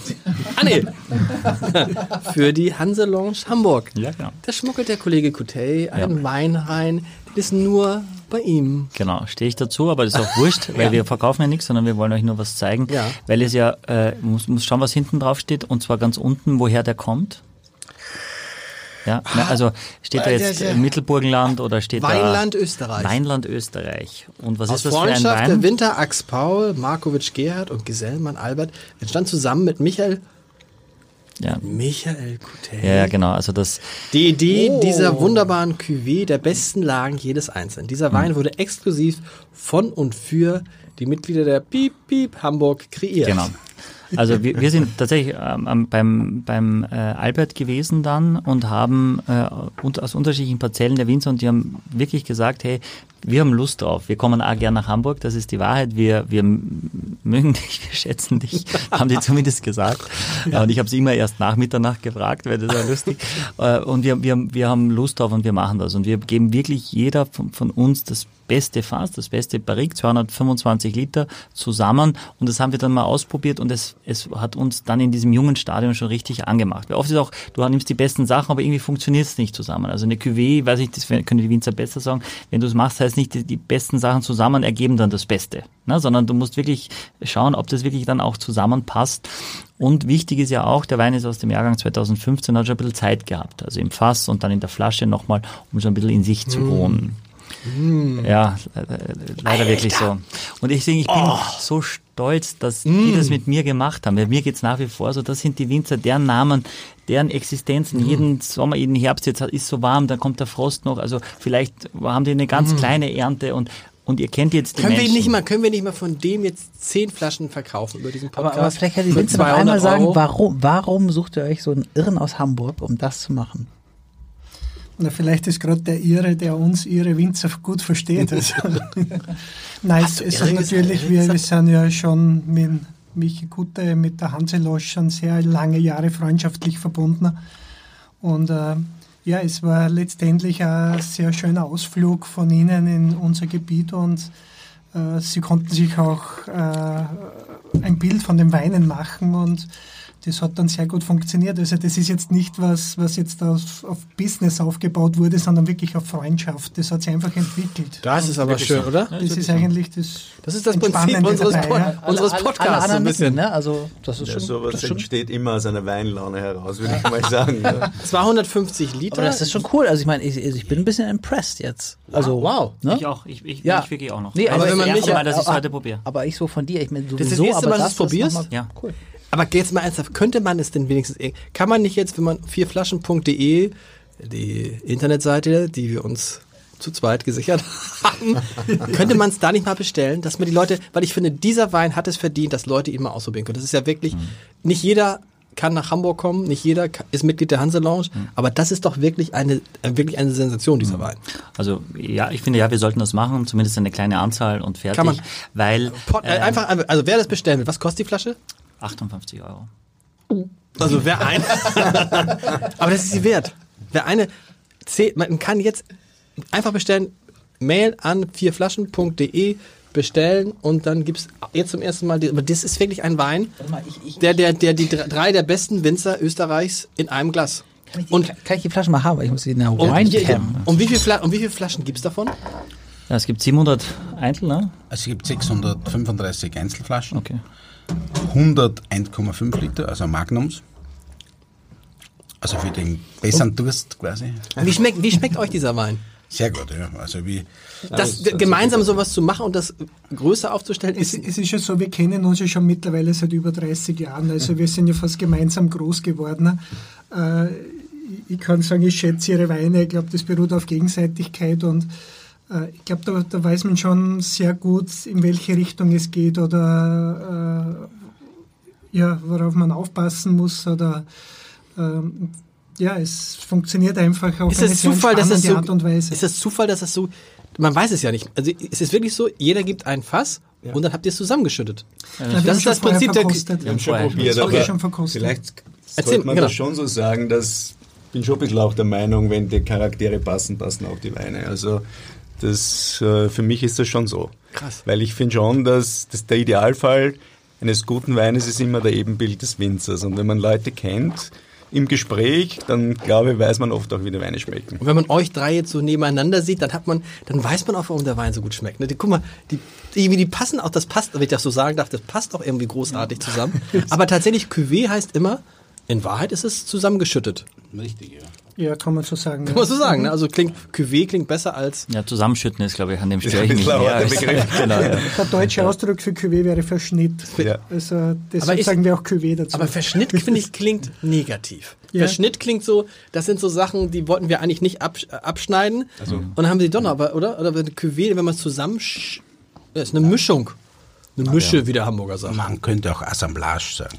Für die Hanselounge Hamburg. Ja, genau. Da schmuggelt der Kollege Coutey einen Wein rein, der ist nur bei ihm. Genau, stehe ich dazu, aber das ist auch wurscht, weil wir verkaufen ja nichts, sondern wir wollen euch nur was zeigen. Ja. Weil es ja, muss schauen, was hinten drauf steht, und zwar ganz unten, woher der kommt. Ja, also steht da jetzt Mittelburgenland oder steht Weinland da Österreich. Weinland Österreich. Und was Aus ist das für ein Freundschaft Wein? der Winter, Ax Paul, Markovic Gerhard und Gesellmann Albert entstand zusammen mit Michael Coutet. Ja, genau. Also das. Die Idee dieser wunderbaren Cuvée der besten Lagen jedes Einzelnen. Dieser Wein wurde exklusiv von und für die Mitglieder der Piep Piep Hamburg kreiert. Genau. Also wir sind tatsächlich beim Albert gewesen dann und haben aus unterschiedlichen Parzellen der Winzer, und die haben wirklich gesagt, hey, wir haben Lust drauf, wir kommen auch gern nach Hamburg, das ist die Wahrheit, wir mögen dich, wir schätzen dich, haben die zumindest gesagt. Ja. Und ich habe sie immer erst nach Mitternacht gefragt, weil das war lustig. Und wir haben Lust drauf und wir machen das. Und wir geben wirklich jeder von uns das beste Fass, das beste Barrique, 225 Liter zusammen, und das haben wir dann mal ausprobiert, und es hat uns dann in diesem jungen Stadium schon richtig angemacht. Weil oft ist auch, du nimmst die besten Sachen, aber irgendwie funktioniert es nicht zusammen. Also eine Cuvée, weiß ich, das können die Winzer besser sagen, wenn du es machst, heißt nicht, die besten Sachen zusammen ergeben dann das Beste, ne? Sondern du musst wirklich schauen, ob das wirklich dann auch zusammenpasst. Und wichtig ist ja auch, der Wein ist aus dem Jahrgang 2015, hat schon ein bisschen Zeit gehabt, also im Fass und dann in der Flasche nochmal, um schon ein bisschen in sich zu ruhen. Ja, leider wirklich so. Und ich bin so stolz, dass die das mit mir gemacht haben. Bei mir geht's nach wie vor so, das sind die Winzer, deren Namen, deren Existenzen, jeden Sommer, jeden Herbst, jetzt ist so warm, dann kommt der Frost noch, also vielleicht haben die eine ganz kleine Ernte, und ihr kennt jetzt die Menschen. Können wir nicht mal von dem jetzt 10 Flaschen verkaufen über diesen Podcast? Aber vielleicht kann die Winzer noch einmal sagen, warum sucht ihr euch so einen Irren aus Hamburg, um das zu machen? Na, vielleicht ist gerade der Ire, der uns ihre Winzer gut versteht. Also. Nein, es ist natürlich, wir sind ja schon mit Michi Kutte, mit der Hanselosch schon sehr lange Jahre freundschaftlich verbunden. Und es war letztendlich ein sehr schöner Ausflug von Ihnen in unser Gebiet, und Sie konnten sich auch ein Bild von den Weinen machen, und das hat dann sehr gut funktioniert. Also das ist jetzt nicht was jetzt auf Business aufgebaut wurde, sondern wirklich auf Freundschaft. Das hat sich einfach entwickelt. Das ist aber schön, oder? Das ist eigentlich das. Das ist das Prinzip unseres Podcasts so ein bisschen. Ne? Also das ist schon. Sowas entsteht immer aus einer Weinlaune heraus, würde ich mal sagen. 250 Liter. Aber das ist schon cool. Also ich meine, ich bin ein bisschen impressed jetzt. Also wow. Ne? Ich auch. Ich wirklich auch noch. Nee, aber wenn man nicht, dass ich es heute probiere. Aber ich so von dir, ich meine sowieso. Das ist das erste Mal, dass du es probierst? Ja. Cool. Aber jetzt mal ernsthaft, könnte man es denn wenigstens, kann man nicht jetzt, wenn man 4flaschen.de, die Internetseite, die wir uns zu zweit gesichert haben, könnte man es da nicht mal bestellen, dass man die Leute, weil ich finde, dieser Wein hat es verdient, dass Leute ihn mal ausprobieren können. Das ist ja wirklich, nicht jeder kann nach Hamburg kommen, nicht jeder ist Mitglied der Hanselounge, aber das ist doch wirklich eine Sensation, dieser Wein. Also ja, ich finde, wir sollten das machen, zumindest eine kleine Anzahl und fertig. Kann man, weil also wer das bestellen will, was kostet die Flasche? 58 €. Also wer eine, aber das ist sie wert. Wer eine, man kann jetzt einfach bestellen, Mail an 4flaschen.de bestellen, und dann gibt's jetzt zum ersten Mal, aber das ist wirklich ein Wein, der die 3 der besten Winzer Österreichs in einem Glas. Kann ich die Flaschen mal haben, weil ich muss sie in der Wine-Cam. Und wie viele Flaschen gibt's davon? Ja, es gibt 700 Einzel, ne? Es gibt 635 Einzelflaschen. Okay. 100 1,5 Liter, also Magnums. Also für den besseren Durst quasi. Wie schmeckt euch dieser Wein? Sehr gut, ja. Also gemeinsam sowas zu machen und das größer aufzustellen es ist ja so, wir kennen uns ja schon mittlerweile seit über 30 Jahren. Also wir sind ja fast gemeinsam groß geworden. Ich kann sagen, ich schätze Ihre Weine. Ich glaube, das beruht auf Gegenseitigkeit, und ich glaube, da weiß man schon sehr gut, in welche Richtung es geht, oder worauf man aufpassen muss, oder es funktioniert einfach auf eine sehr spannende Art und Weise. Ist das Zufall, dass das so, man weiß es ja nicht. Also es ist wirklich so, jeder gibt ein Fass und dann habt ihr es zusammengeschüttet. Ja, das ist das Prinzip der... Wir haben schon probiert, aber schon verkostet. Vielleicht sollte man das schon so sagen, dass ich bin schon ein bisschen auch der Meinung, wenn die Charaktere passen auch die Weine. Also das, für mich ist das schon so. Krass. Weil ich finde schon, dass der Idealfall eines guten Weines ist immer der Ebenbild des Winzers. Und wenn man Leute kennt im Gespräch, dann glaube ich, weiß man oft auch, wie die Weine schmecken. Und wenn man euch 3 jetzt so nebeneinander sieht, dann weiß man auch, warum der Wein so gut schmeckt. Ne? Guck mal, die passen auch, das passt, wenn ich das so sagen darf, das passt auch irgendwie großartig zusammen. Aber tatsächlich, Cuvée heißt immer, in Wahrheit ist es zusammengeschüttet. Richtig, ja. Ja, kann man so sagen. Kann man so sagen, ne? Also Cuvée klingt besser als... Ja, zusammenschütten ist, glaube ich, an dem störe ich ein mich bisschen mehr. harter Begriff. Genau, ja. Der deutsche Ausdruck für Cuvée wäre Verschnitt. Ja. Also deshalb sagen wir auch Cuvée dazu. Aber Verschnitt, finde ich, klingt negativ. Ja. Verschnitt klingt so, das sind so Sachen, die wollten wir eigentlich nicht abschneiden. Und dann haben sie doch noch, aber, oder? Oder Cuvée, wenn man es zusammen... Das ist eine Mischung. Eine Mische, wie der Hamburger sagt. Man könnte auch Assemblage sagen.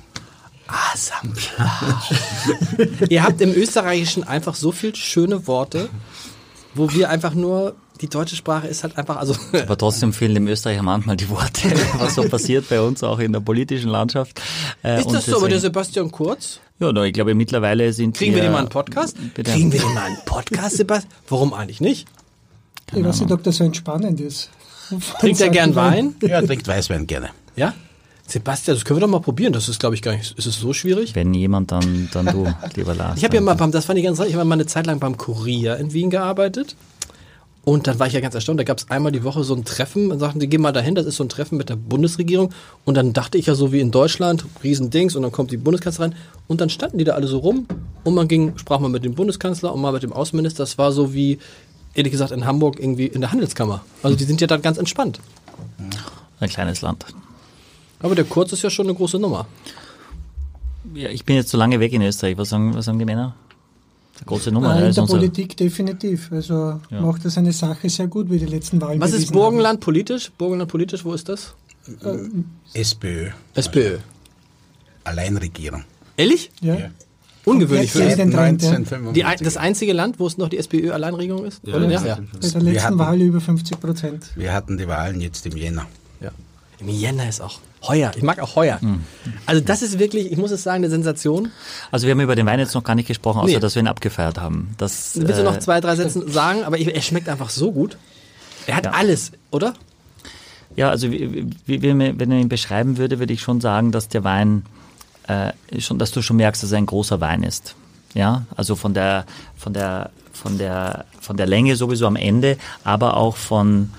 Ihr habt im Österreichischen einfach so viel schöne Worte, wo wir einfach nur, die deutsche Sprache ist halt einfach, also... Aber trotzdem fehlen dem Österreicher manchmal die Worte, was so passiert bei uns auch in der politischen Landschaft. Ist das so, aber der Sebastian Kurz? Ja, ich glaube mittlerweile sind Kriegen wir den mal einen Podcast? Bitte. Kriegen wir den mal einen Podcast, Sebastian? Warum eigentlich nicht? Ich weiß nicht, ob das so entspannend ist. Trinkt er gern Wein? Ja, trinkt Weißwein gerne. Ja? Sebastian, das können wir doch mal probieren. Das ist, glaube ich, gar nicht. Ist es so schwierig? Wenn jemand, dann du, lieber Lars. Ich habe ja mal das fand ich ganz ich habe mal eine Zeit lang beim Kurier in Wien gearbeitet. Und dann war ich ja ganz erstaunt, da gab es einmal die Woche so ein Treffen und sagten, die gehen mal dahin, das ist so ein Treffen mit der Bundesregierung. Und dann dachte ich ja so wie in Deutschland, Riesendings, und dann kommt die Bundeskanzlerin und dann standen die da alle so rum und sprach mal mit dem Bundeskanzler und mal mit dem Außenminister. Das war so wie, ehrlich gesagt, in Hamburg irgendwie in der Handelskammer. Also die sind ja dann ganz entspannt. Ein kleines Land. Aber der Kurz ist ja schon eine große Nummer. Ja, ich bin jetzt so lange weg in Österreich. Was sagen die Männer? Eine große Nummer. In ist der unser- Politik definitiv. Also macht das eine Sache sehr gut, wie die letzten Wahlen Was ist bewiesen Burgenland politisch? Burgenland politisch, wo ist das? SPÖ. SPÖ. Alleinregierung. Ehrlich? haben. Ja. Ja. Ungewöhnlich für Seit das. 1995. Das einzige Land, wo es noch die SPÖ-Alleinregerung ist? Ja, Oder? das Ja. Bei der Wir letzten hatten- Wahl über 50%. Wir hatten die Wahlen jetzt im Jänner. Ja. Im Jänner ist auch Heuer. Ich mag auch Heuer. Also das ist wirklich, ich muss es sagen, eine Sensation. Also wir haben über den Wein jetzt noch gar nicht gesprochen, außer Nee. dass wir ihn abgefeiert haben. Das, Willst du noch 2, 3 Sätze sagen? Aber er schmeckt einfach so gut. Er hat alles, oder? Ja, also wenn er ihn beschreiben würde, würde ich schon sagen, dass der Wein dass du schon merkst, dass er ein großer Wein ist. Ja, also von der Länge sowieso am Ende, aber auch von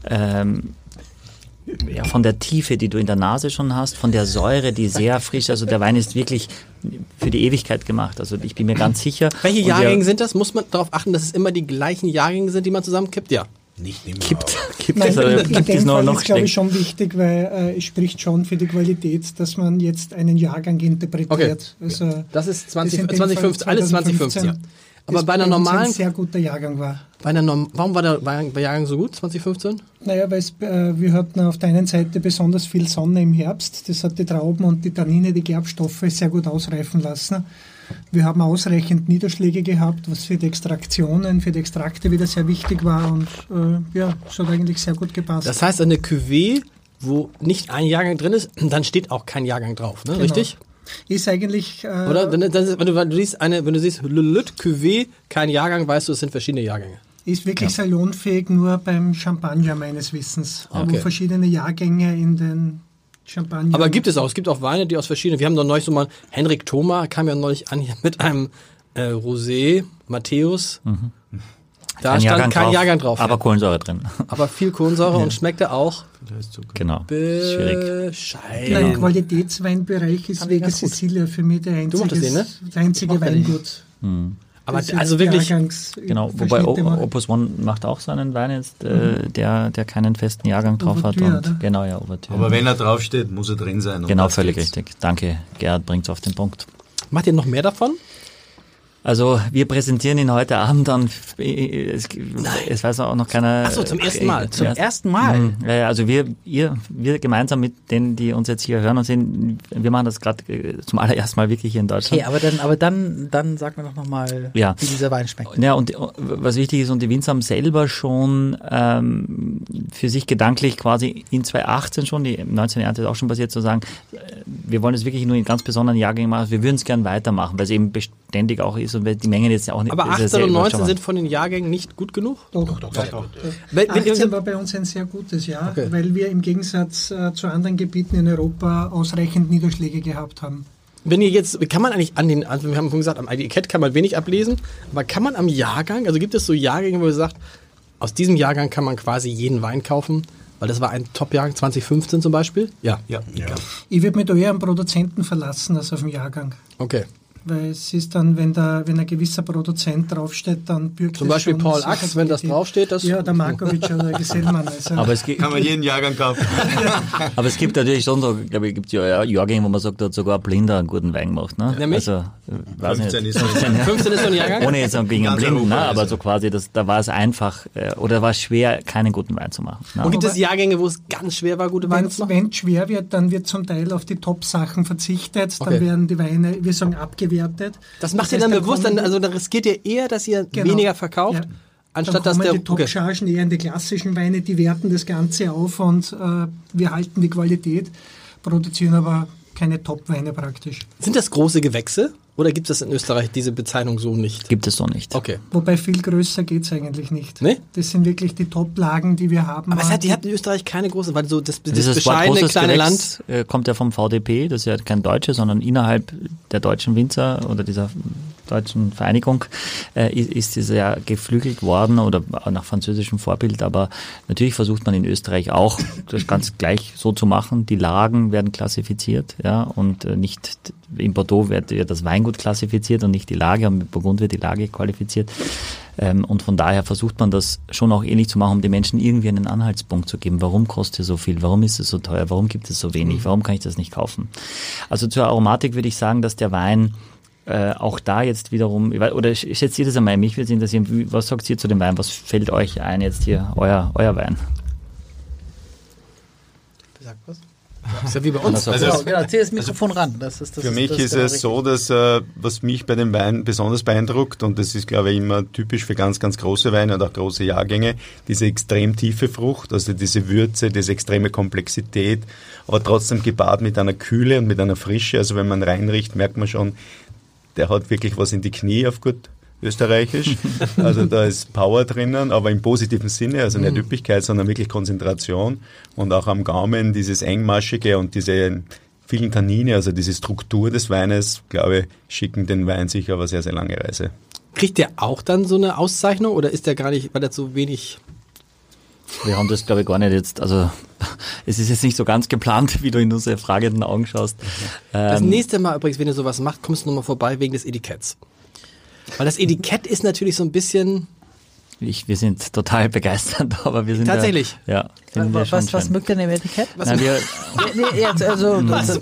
der Tiefe, die du in der Nase schon hast, von der Säure, die sehr frisch, also der Wein ist wirklich für die Ewigkeit gemacht. Also ich bin mir ganz sicher. Welche Und Jahrgänge sind das? Muss man darauf achten, dass es immer die gleichen Jahrgänge sind, die man zusammenkippt? Ja. Nicht immer. Kippt Nein, es, in gibt es dem noch Fall ist, glaube schlecht. ich, schon wichtig, weil es spricht schon für die Qualität, dass man jetzt einen Jahrgang interpretiert. Okay. Also, Das ist das in dem 2015, Fall alles 2015. Ja. Aber das bei einer uns ein normalen, sehr guter Jahrgang war. warum war der Jahrgang so gut, 2015? Naja, weil wir hatten auf der einen Seite besonders viel Sonne im Herbst. Das hat die Trauben und die Tannine, die Gerbstoffe sehr gut ausreifen lassen. Wir haben ausreichend Niederschläge gehabt, was für die Extraktionen, für die Extrakte wieder sehr wichtig war. Und es hat eigentlich sehr gut gepasst. Das heißt, eine Cuvée, wo nicht ein Jahrgang drin ist, dann steht auch kein Jahrgang drauf, ne? Genau. Richtig? Ist eigentlich... Oder? Wenn du siehst Lüt Cuvée, kein Jahrgang, weißt du, es sind verschiedene Jahrgänge. Ist wirklich salonfähig nur beim Champagner meines Wissens, Okay. wo verschiedene Jahrgänge in den Champagner... Aber gibt es auch. Es gibt auch Weine, die aus verschiedenen. Wir haben doch neulich so mal, Henrik Thoma kam ja neulich an hier mit einem Rosé, Matthäus. Da stand kein Jahrgang drauf. Aber Kohlensäure drin. Aber viel Kohlensäure und schmeckte auch Genau. Schwierig. bescheiden. Im Qualitätsweinbereich ist Vega Sicilia für mich der machst das einzige, ne? der einzige Weingut. Aber das jetzt also wirklich, Genau, wobei Jahrgangsverschnitte macht. Opus One macht auch so einen Wein jetzt, der keinen festen Jahrgang drauf hat. Ouvertüre, Und, oder? genau, ja, Ouvertüre. Aber wenn er draufsteht, muss er drin sein. Und Genau, das völlig geht's. richtig. Danke, Gerhard bringt es auf den Punkt. macht ihr noch mehr davon? Also wir präsentieren ihn heute Abend dann, es weiß auch noch keiner. Ach so, zum ersten Mal. Zum Ersten Mal. Ja, also wir gemeinsam mit denen, die uns jetzt hier hören und sehen, wir machen das gerade zum allerersten Mal wirklich hier in Deutschland. Okay, aber dann sag mir doch nochmal, Ja. wie dieser Wein schmeckt. Ja, und was wichtig ist, und die Winzer haben selber schon für sich gedanklich quasi in 2018 schon, die 19 Ernte ist auch schon passiert, zu sagen, wir wollen es wirklich nur in ganz besonderen Jahrgängen machen, wir würden es gern weitermachen, weil es eben beständig auch ist und weil die Mengen jetzt auch nicht... Aber ist ja 18 sehr und 19 überschaubar. sind von den Jahrgängen nicht gut genug? Doch. Wenn- 18 war bei uns ein sehr gutes Jahr, Okay. weil wir im Gegensatz zu anderen Gebieten in Europa ausreichend Niederschläge gehabt haben. Wenn ihr jetzt, kann man eigentlich also wir haben vorhin gesagt, am Etikett kann man wenig ablesen, aber kann man am Jahrgang, also gibt es so Jahrgänge, wo ihr sagt, aus diesem Jahrgang kann man quasi jeden Wein kaufen, weil das war ein Top-Jahrgang, 2015 zum Beispiel? Ja. Ja. Ich würde mich da eher am Produzenten verlassen als auf den Jahrgang. Okay. weil es ist dann, wenn ein gewisser Produzent draufsteht, dann bürgt Zum es Beispiel schon Paul sicher Ax, wenn das Qualität. draufsteht. Das Ja, der Markovic oder der Gesellmann. Also Aber es gibt, Kann man jeden Jahrgang kaufen. aber es gibt natürlich schon so, glaube ich, gibt ja Jahrgänge, wo man sagt, da hat sogar ein Blinder einen guten Wein gemacht. Ne? Nämlich? Also, weiß ich 15 nicht. ist 15 ist so ein Jahrgang? Ohne jetzt gegen einen Ganz Blinden, ne? Europa, aber also. so quasi, da war es einfach, oder war es schwer, keinen guten Wein zu machen. Ne? Und gibt es Jahrgänge, wo es ganz schwer war, gute Weine zu machen? wenn es schwer wird, dann wird zum Teil auf die Top-Sachen verzichtet, dann Okay. werden die Weine, wir sagen, abgewertet. Das macht ihr dann bewusst, also da riskiert ihr eher, dass ihr Genau. weniger verkauft, Ja. anstatt dann dass kommen der... die Top-Chargen eher in die klassischen Weine, die werten das Ganze auf und wir halten die Qualität, produzieren aber keine Top-Weine praktisch. Sind das große Gewächse oder gibt es in Österreich diese Bezeichnung so nicht? Gibt es so nicht. Okay. Wobei viel größer geht es eigentlich nicht. Nee? Das sind wirklich die Top-Lagen, die wir haben. Aber ihr habt in Österreich keine große, weil so das Dieses Wort bescheidene großes kleine Gewächs, Land... kommt ja vom VDP, das ist ja kein Deutsche, sondern innerhalb der deutschen Winzer oder dieser deutschen Vereinigung ist es ja geflügelt worden oder nach französischem Vorbild, aber natürlich versucht man in Österreich auch das ganz gleich so zu machen. Die Lagen werden klassifiziert, ja, und nicht in Bordeaux wird das Weingut klassifiziert und nicht die Lage, und mit Burgund wird die Lage qualifiziert. Und von daher versucht man das schon auch ähnlich zu machen, um den Menschen irgendwie einen Anhaltspunkt zu geben. Warum kostet es so viel? Warum ist es so teuer? Warum gibt es so wenig? Warum kann ich das nicht kaufen? Also zur Aromatik würde ich sagen, dass der Wein auch da jetzt wiederum, oder schätzt ihr das einmal? Mich würde es interessieren, was sagt ihr zu dem Wein? Was fällt euch ein jetzt hier, euer Wein? Sag was? Ist ja wie bei uns. Also, Genau, zieh das Mikrofon ran. Das für mich ist es so, dass was mich bei dem Wein besonders beeindruckt, und das ist, glaube ich, immer typisch für ganz, ganz große Weine und auch große Jahrgänge, diese extrem tiefe Frucht, also diese Würze, diese extreme Komplexität, aber trotzdem gepaart mit einer Kühle und mit einer Frische. Also wenn man reinriecht, merkt man schon, der hat wirklich was in die Knie auf gut österreichisch. Also da ist Power drinnen, aber im positiven Sinne, also nicht Üppigkeit, sondern wirklich Konzentration. Und auch am Gaumen dieses Engmaschige und diese vielen Tannine, also diese Struktur des Weines, glaube ich, schicken den Wein sicher auf eine sehr, sehr lange Reise. Kriegt der auch dann so eine Auszeichnung oder ist der gar nicht, weil der so wenig... Wir haben das, glaube ich, gar nicht jetzt, also es ist jetzt nicht so ganz geplant, wie du in unsere fragenden Augen schaust. Das nächste Mal übrigens, wenn ihr sowas macht, kommst du nochmal vorbei wegen des Etiketts. Weil das Etikett ist natürlich so ein bisschen... Wir sind total begeistert, aber wir sind Tatsächlich? Ja. Finden wir schon Was schön. mögt ihr an dem Etikett? Na, wir, Nee, jetzt, also,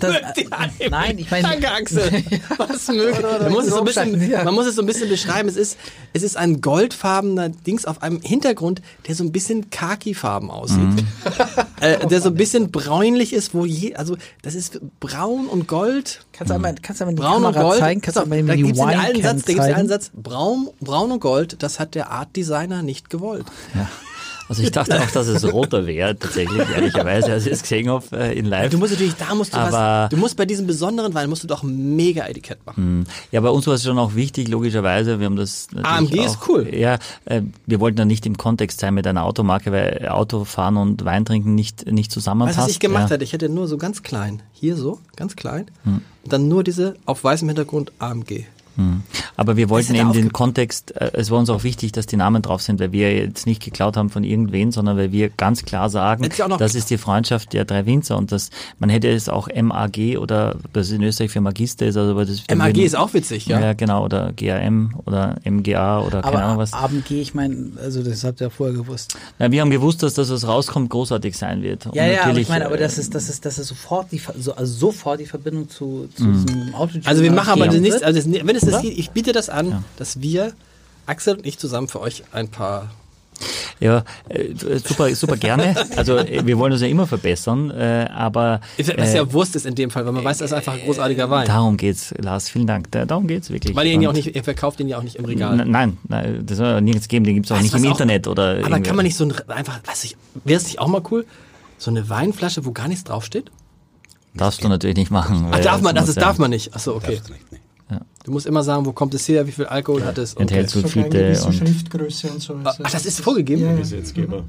Nein, ich meine... Danke, Axel. Was mögen? Man muss es so ein bisschen beschreiben. Es ist ein goldfarbener Dings auf einem Hintergrund, der so ein bisschen khaki-farben aussieht. Der so ein bisschen bräunlich ist, also das ist braun und gold. Kannst du einmal die Braun und Kamera Gold. zeigen? Kannst du einmal Da die gibt es Wine einen Satz, zeigen? braun und Gold, das hat der Art Designer nicht gewollt. ja. Also ich dachte auch, dass es roter wäre, tatsächlich, ehrlicherweise, als ich es gesehen habe in live. Du musst natürlich, Aber- du musst bei diesem besonderen Wein, musst du doch ein mega Etikett machen. Ja, bei uns war es schon auch wichtig, logischerweise. Wir haben das natürlich AMG auch, ist cool. Ja, wir wollten da nicht im Kontext sein mit einer Automarke, weil Autofahren und Wein trinken nicht zusammenpasst. Weißt du, was ich gemacht ja. hätte? Ich hätte nur so ganz klein, hier so, ganz klein, und dann nur diese auf weißem Hintergrund AMG. Aber wir wollten hätte eben den aufge- Kontext, es war uns auch wichtig, dass die Namen drauf sind, weil wir jetzt nicht geklaut haben von irgendwen, sondern weil wir ganz klar sagen, Hätte ich auch noch- das ist die Freundschaft der drei Winzer und man hätte es auch MAG oder das in Österreich für Magister ist, also aber das MAG ist auch witzig, ja. Ja, genau, oder GAM oder MGA oder keine Ahnung Aber was. AMG, ich meine, also das habt ihr ja vorher gewusst. Na, wir haben gewusst, dass das, was rauskommt, großartig sein wird. Und Ja, aber natürlich, ich meine, aber das ist sofort sofort die Verbindung zu diesem Auto. Also wir machen aber Ja. nichts, also wenn es das Oder? hier, ich biete das an, dass wir, Axel und ich zusammen für euch ein paar... Ja, super gerne. Also wir wollen uns ja immer verbessern, aber Was ja Wurst ist in dem Fall, weil man weiß, das ist einfach ein großartiger Wein. darum geht's, Lars. Vielen Dank. Darum geht's wirklich. Weil ihr ihn ja auch Und- nicht, ihr verkauft ihn ja auch nicht im Regal. Nein, das soll ja nirgends geben. Den gibt's auch Weißt nicht du, im was auch- Internet oder. Aber irgendwie. kann man nicht so einfach, wäre es nicht auch mal cool, so eine Weinflasche, wo gar nichts draufsteht? Darfst du natürlich nicht machen. Ach, weil darf man, muss ja- darf man nicht. Achso, okay. Du musst immer sagen, wo kommt es her, wie viel Alkohol hat es. Enthält Sogar eine Sulfite gewisse und Schriftgröße und so. Ach, das ist vorgegeben? Ja, ja. Gesetzgeber.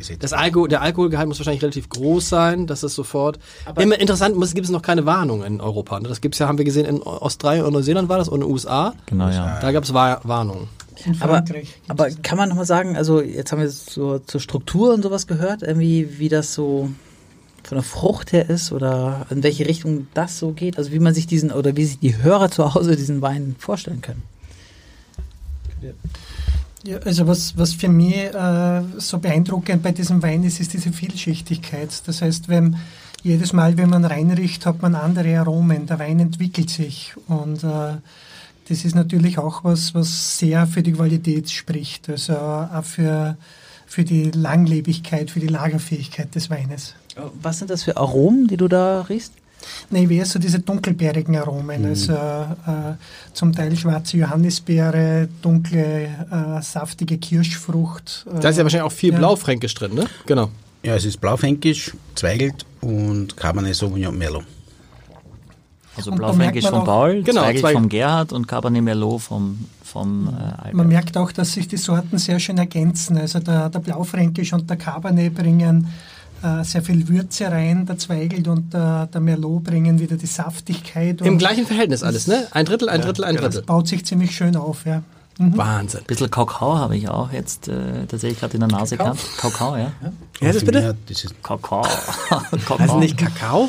Der Alkoholgehalt muss wahrscheinlich relativ groß sein, dass es sofort... Immer interessant, gibt es noch keine Warnung in Europa. Das gibt's ja, haben wir gesehen, in Australien und Neuseeland war das und in den USA. genau, ja. Da gab es Warnungen. In Frankreich gibt's Aber das. kann man nochmal sagen, also jetzt haben wir so zur Struktur und sowas gehört, irgendwie wie das so von der Frucht her ist oder in welche Richtung das so geht? Also wie man sich wie sich die Hörer zu Hause diesen Wein vorstellen können. Ja, also was für mich so beeindruckend bei diesem Wein ist diese Vielschichtigkeit. Das heißt, jedes Mal, wenn man reinriecht, hat man andere Aromen. Der Wein entwickelt sich und das ist natürlich auch was sehr für die Qualität spricht. Also auch für die Langlebigkeit, für die Lagerfähigkeit des Weines. Was sind das für Aromen, die du da riechst? Nein, wie so diese dunkelbeerigen Aromen, also zum Teil schwarze Johannisbeere, dunkle, saftige Kirschfrucht. Da ist ja wahrscheinlich auch viel Blaufränkisch drin, ne? Genau. Ja, es ist Blaufränkisch, Zweigelt und Cabernet Sauvignon Merlot. Also Blaufränkisch von Paul, genau, Zweigelt vom Gerhard und Cabernet Merlot vom Albert. Man merkt auch, dass sich die Sorten sehr schön ergänzen. Also der Blaufränkisch und der Cabernet bringen sehr viel Würze rein, der Zweigelt und der Merlot bringen wieder die Saftigkeit. Im gleichen Verhältnis alles, ne? Ein Drittel, ein Drittel, ein Drittel. Das baut sich ziemlich schön auf, ja. Wahnsinn. Ein bisschen Kakao habe ich auch jetzt tatsächlich gerade in der Nase gehabt. Kakao, ja. Wie heißt das bitte? Ja, das ist Kakao. Also nicht Kakao?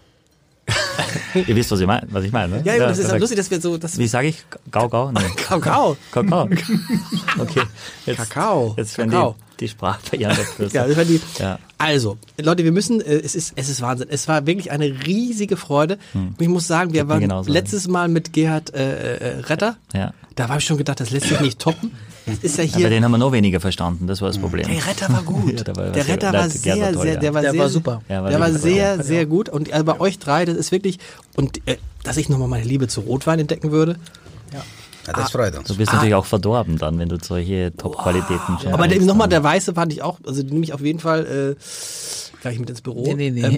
Ihr wisst, was ich meine, ne? Ja, das ist ja lustig, dass wir so... Wie sage ich? Gau? Nein. Kakao. Kakao. Okay. Kakao. Jetzt werden die Sprachbarrieren wegflüssen. Ja, das war ja. Also, Leute, wir müssen, es ist Wahnsinn. Es war wirklich eine riesige Freude. Ich muss sagen, wir waren letztes Mal mit Gerhard Retter. Ja. Da habe ich schon gedacht, das lässt sich nicht toppen. Das ist ja hier. Aber den haben wir noch weniger verstanden, das war das Problem. Der Retter war gut. Ja, der Retter war sehr super. Der war sehr, sehr gut. Und bei euch drei, das ist wirklich, und dass ich nochmal meine Liebe zu Rotwein entdecken würde. Ja, das freut uns. Du bist natürlich auch verdorben dann, wenn du solche Top-Qualitäten schon Aber nochmal, der Weiße fand ich auch, also den nehme ich auf jeden Fall gleich mit ins Büro. Nee.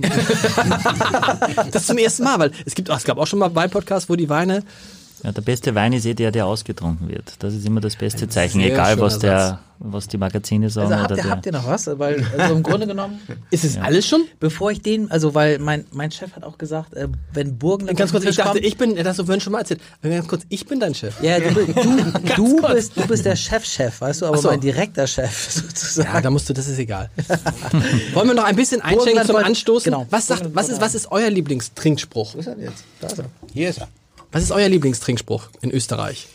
Das ist zum ersten Mal, weil es gab auch schon mal Weinpodcasts, wo die Weine... Ja, der beste Wein ist der ausgetrunken wird. Das ist immer das beste Zeichen, sehr egal schöner was die Magazine sagen. Also habt ihr noch was? Weil, also im Grunde genommen... Ist es alles schon? Bevor ich weil mein Chef hat auch gesagt, wenn Burgenland... Ganz kurz, ich dachte, das hast du vorhin schon mal erzählt. Ganz kurz, ich bin dein Chef. Ja, du bist der Chef, weißt du, aber mein direkter Chef sozusagen. Ja, das ist egal. Wollen wir noch ein bisschen einschenken zum Anstoßen? Genau. Was ist euer Lieblingstrinkspruch? Wo ist er jetzt? Da ist er. Hier ist er. Was ist euer Lieblingstrinkspruch in Österreich?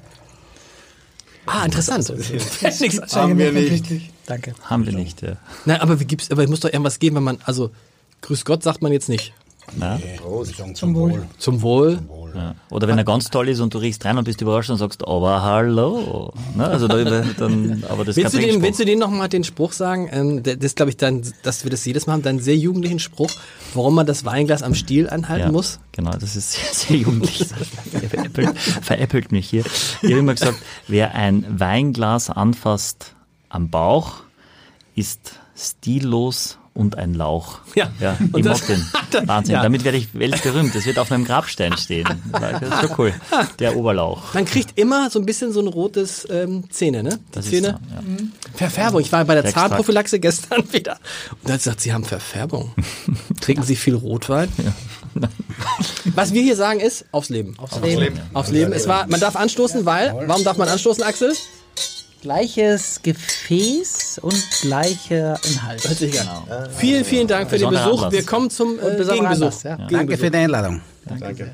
Interessant. Haben wir nicht. Danke. Haben wir nicht, ja. Nein, aber es muss doch irgendwas geben, wenn man, also Grüß Gott sagt man jetzt nicht. Na? Zum Wohl. Zum Wohl. Ja. Oder wenn er ganz toll ist und du riechst rein und bist überrascht und sagst, aber hallo. Ne? Also dann, aber das willst du denen nochmal den Spruch sagen? Das glaube ich dann, dass wir das jedes Mal haben, deinen sehr jugendlichen Spruch, warum man das Weinglas am Stiel anhalten muss? Genau, das ist sehr, sehr jugendlich. Veräppelt mich hier. Ich habe immer gesagt, wer ein Weinglas anfasst am Bauch, ist stillos und ein Lauch. Ja. Ich mag den. Wahnsinn. Ja. Damit werde ich weltberühmt. Das wird auf meinem Grabstein stehen. Das ist schon cool. Der Oberlauch. Man kriegt immer so ein bisschen so ein rotes Zähne, ne? Das Zähne. ist so, ja. Verfärbung. Ich war bei der Zahnprophylaxe gestern wieder. Und da hat sie gesagt, Sie haben Verfärbung. Trinken Sie viel Rotwein? Ja. Was wir hier sagen ist, aufs Leben. Aufs Leben. Aufs Leben. Man darf anstoßen, warum darf man anstoßen, Axel? Gleiches Gefäß und gleicher Inhalt. Genau. Vielen, vielen Dank für den Besuch. Anlass. Wir kommen zum Gegenbesuch. Anlass, ja. Danke für die Einladung. Danke.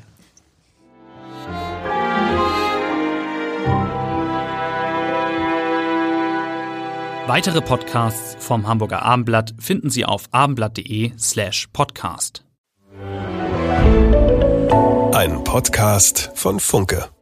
Weitere Podcasts vom Hamburger Abendblatt finden Sie auf abendblatt.de/podcast. Ein Podcast von Funke.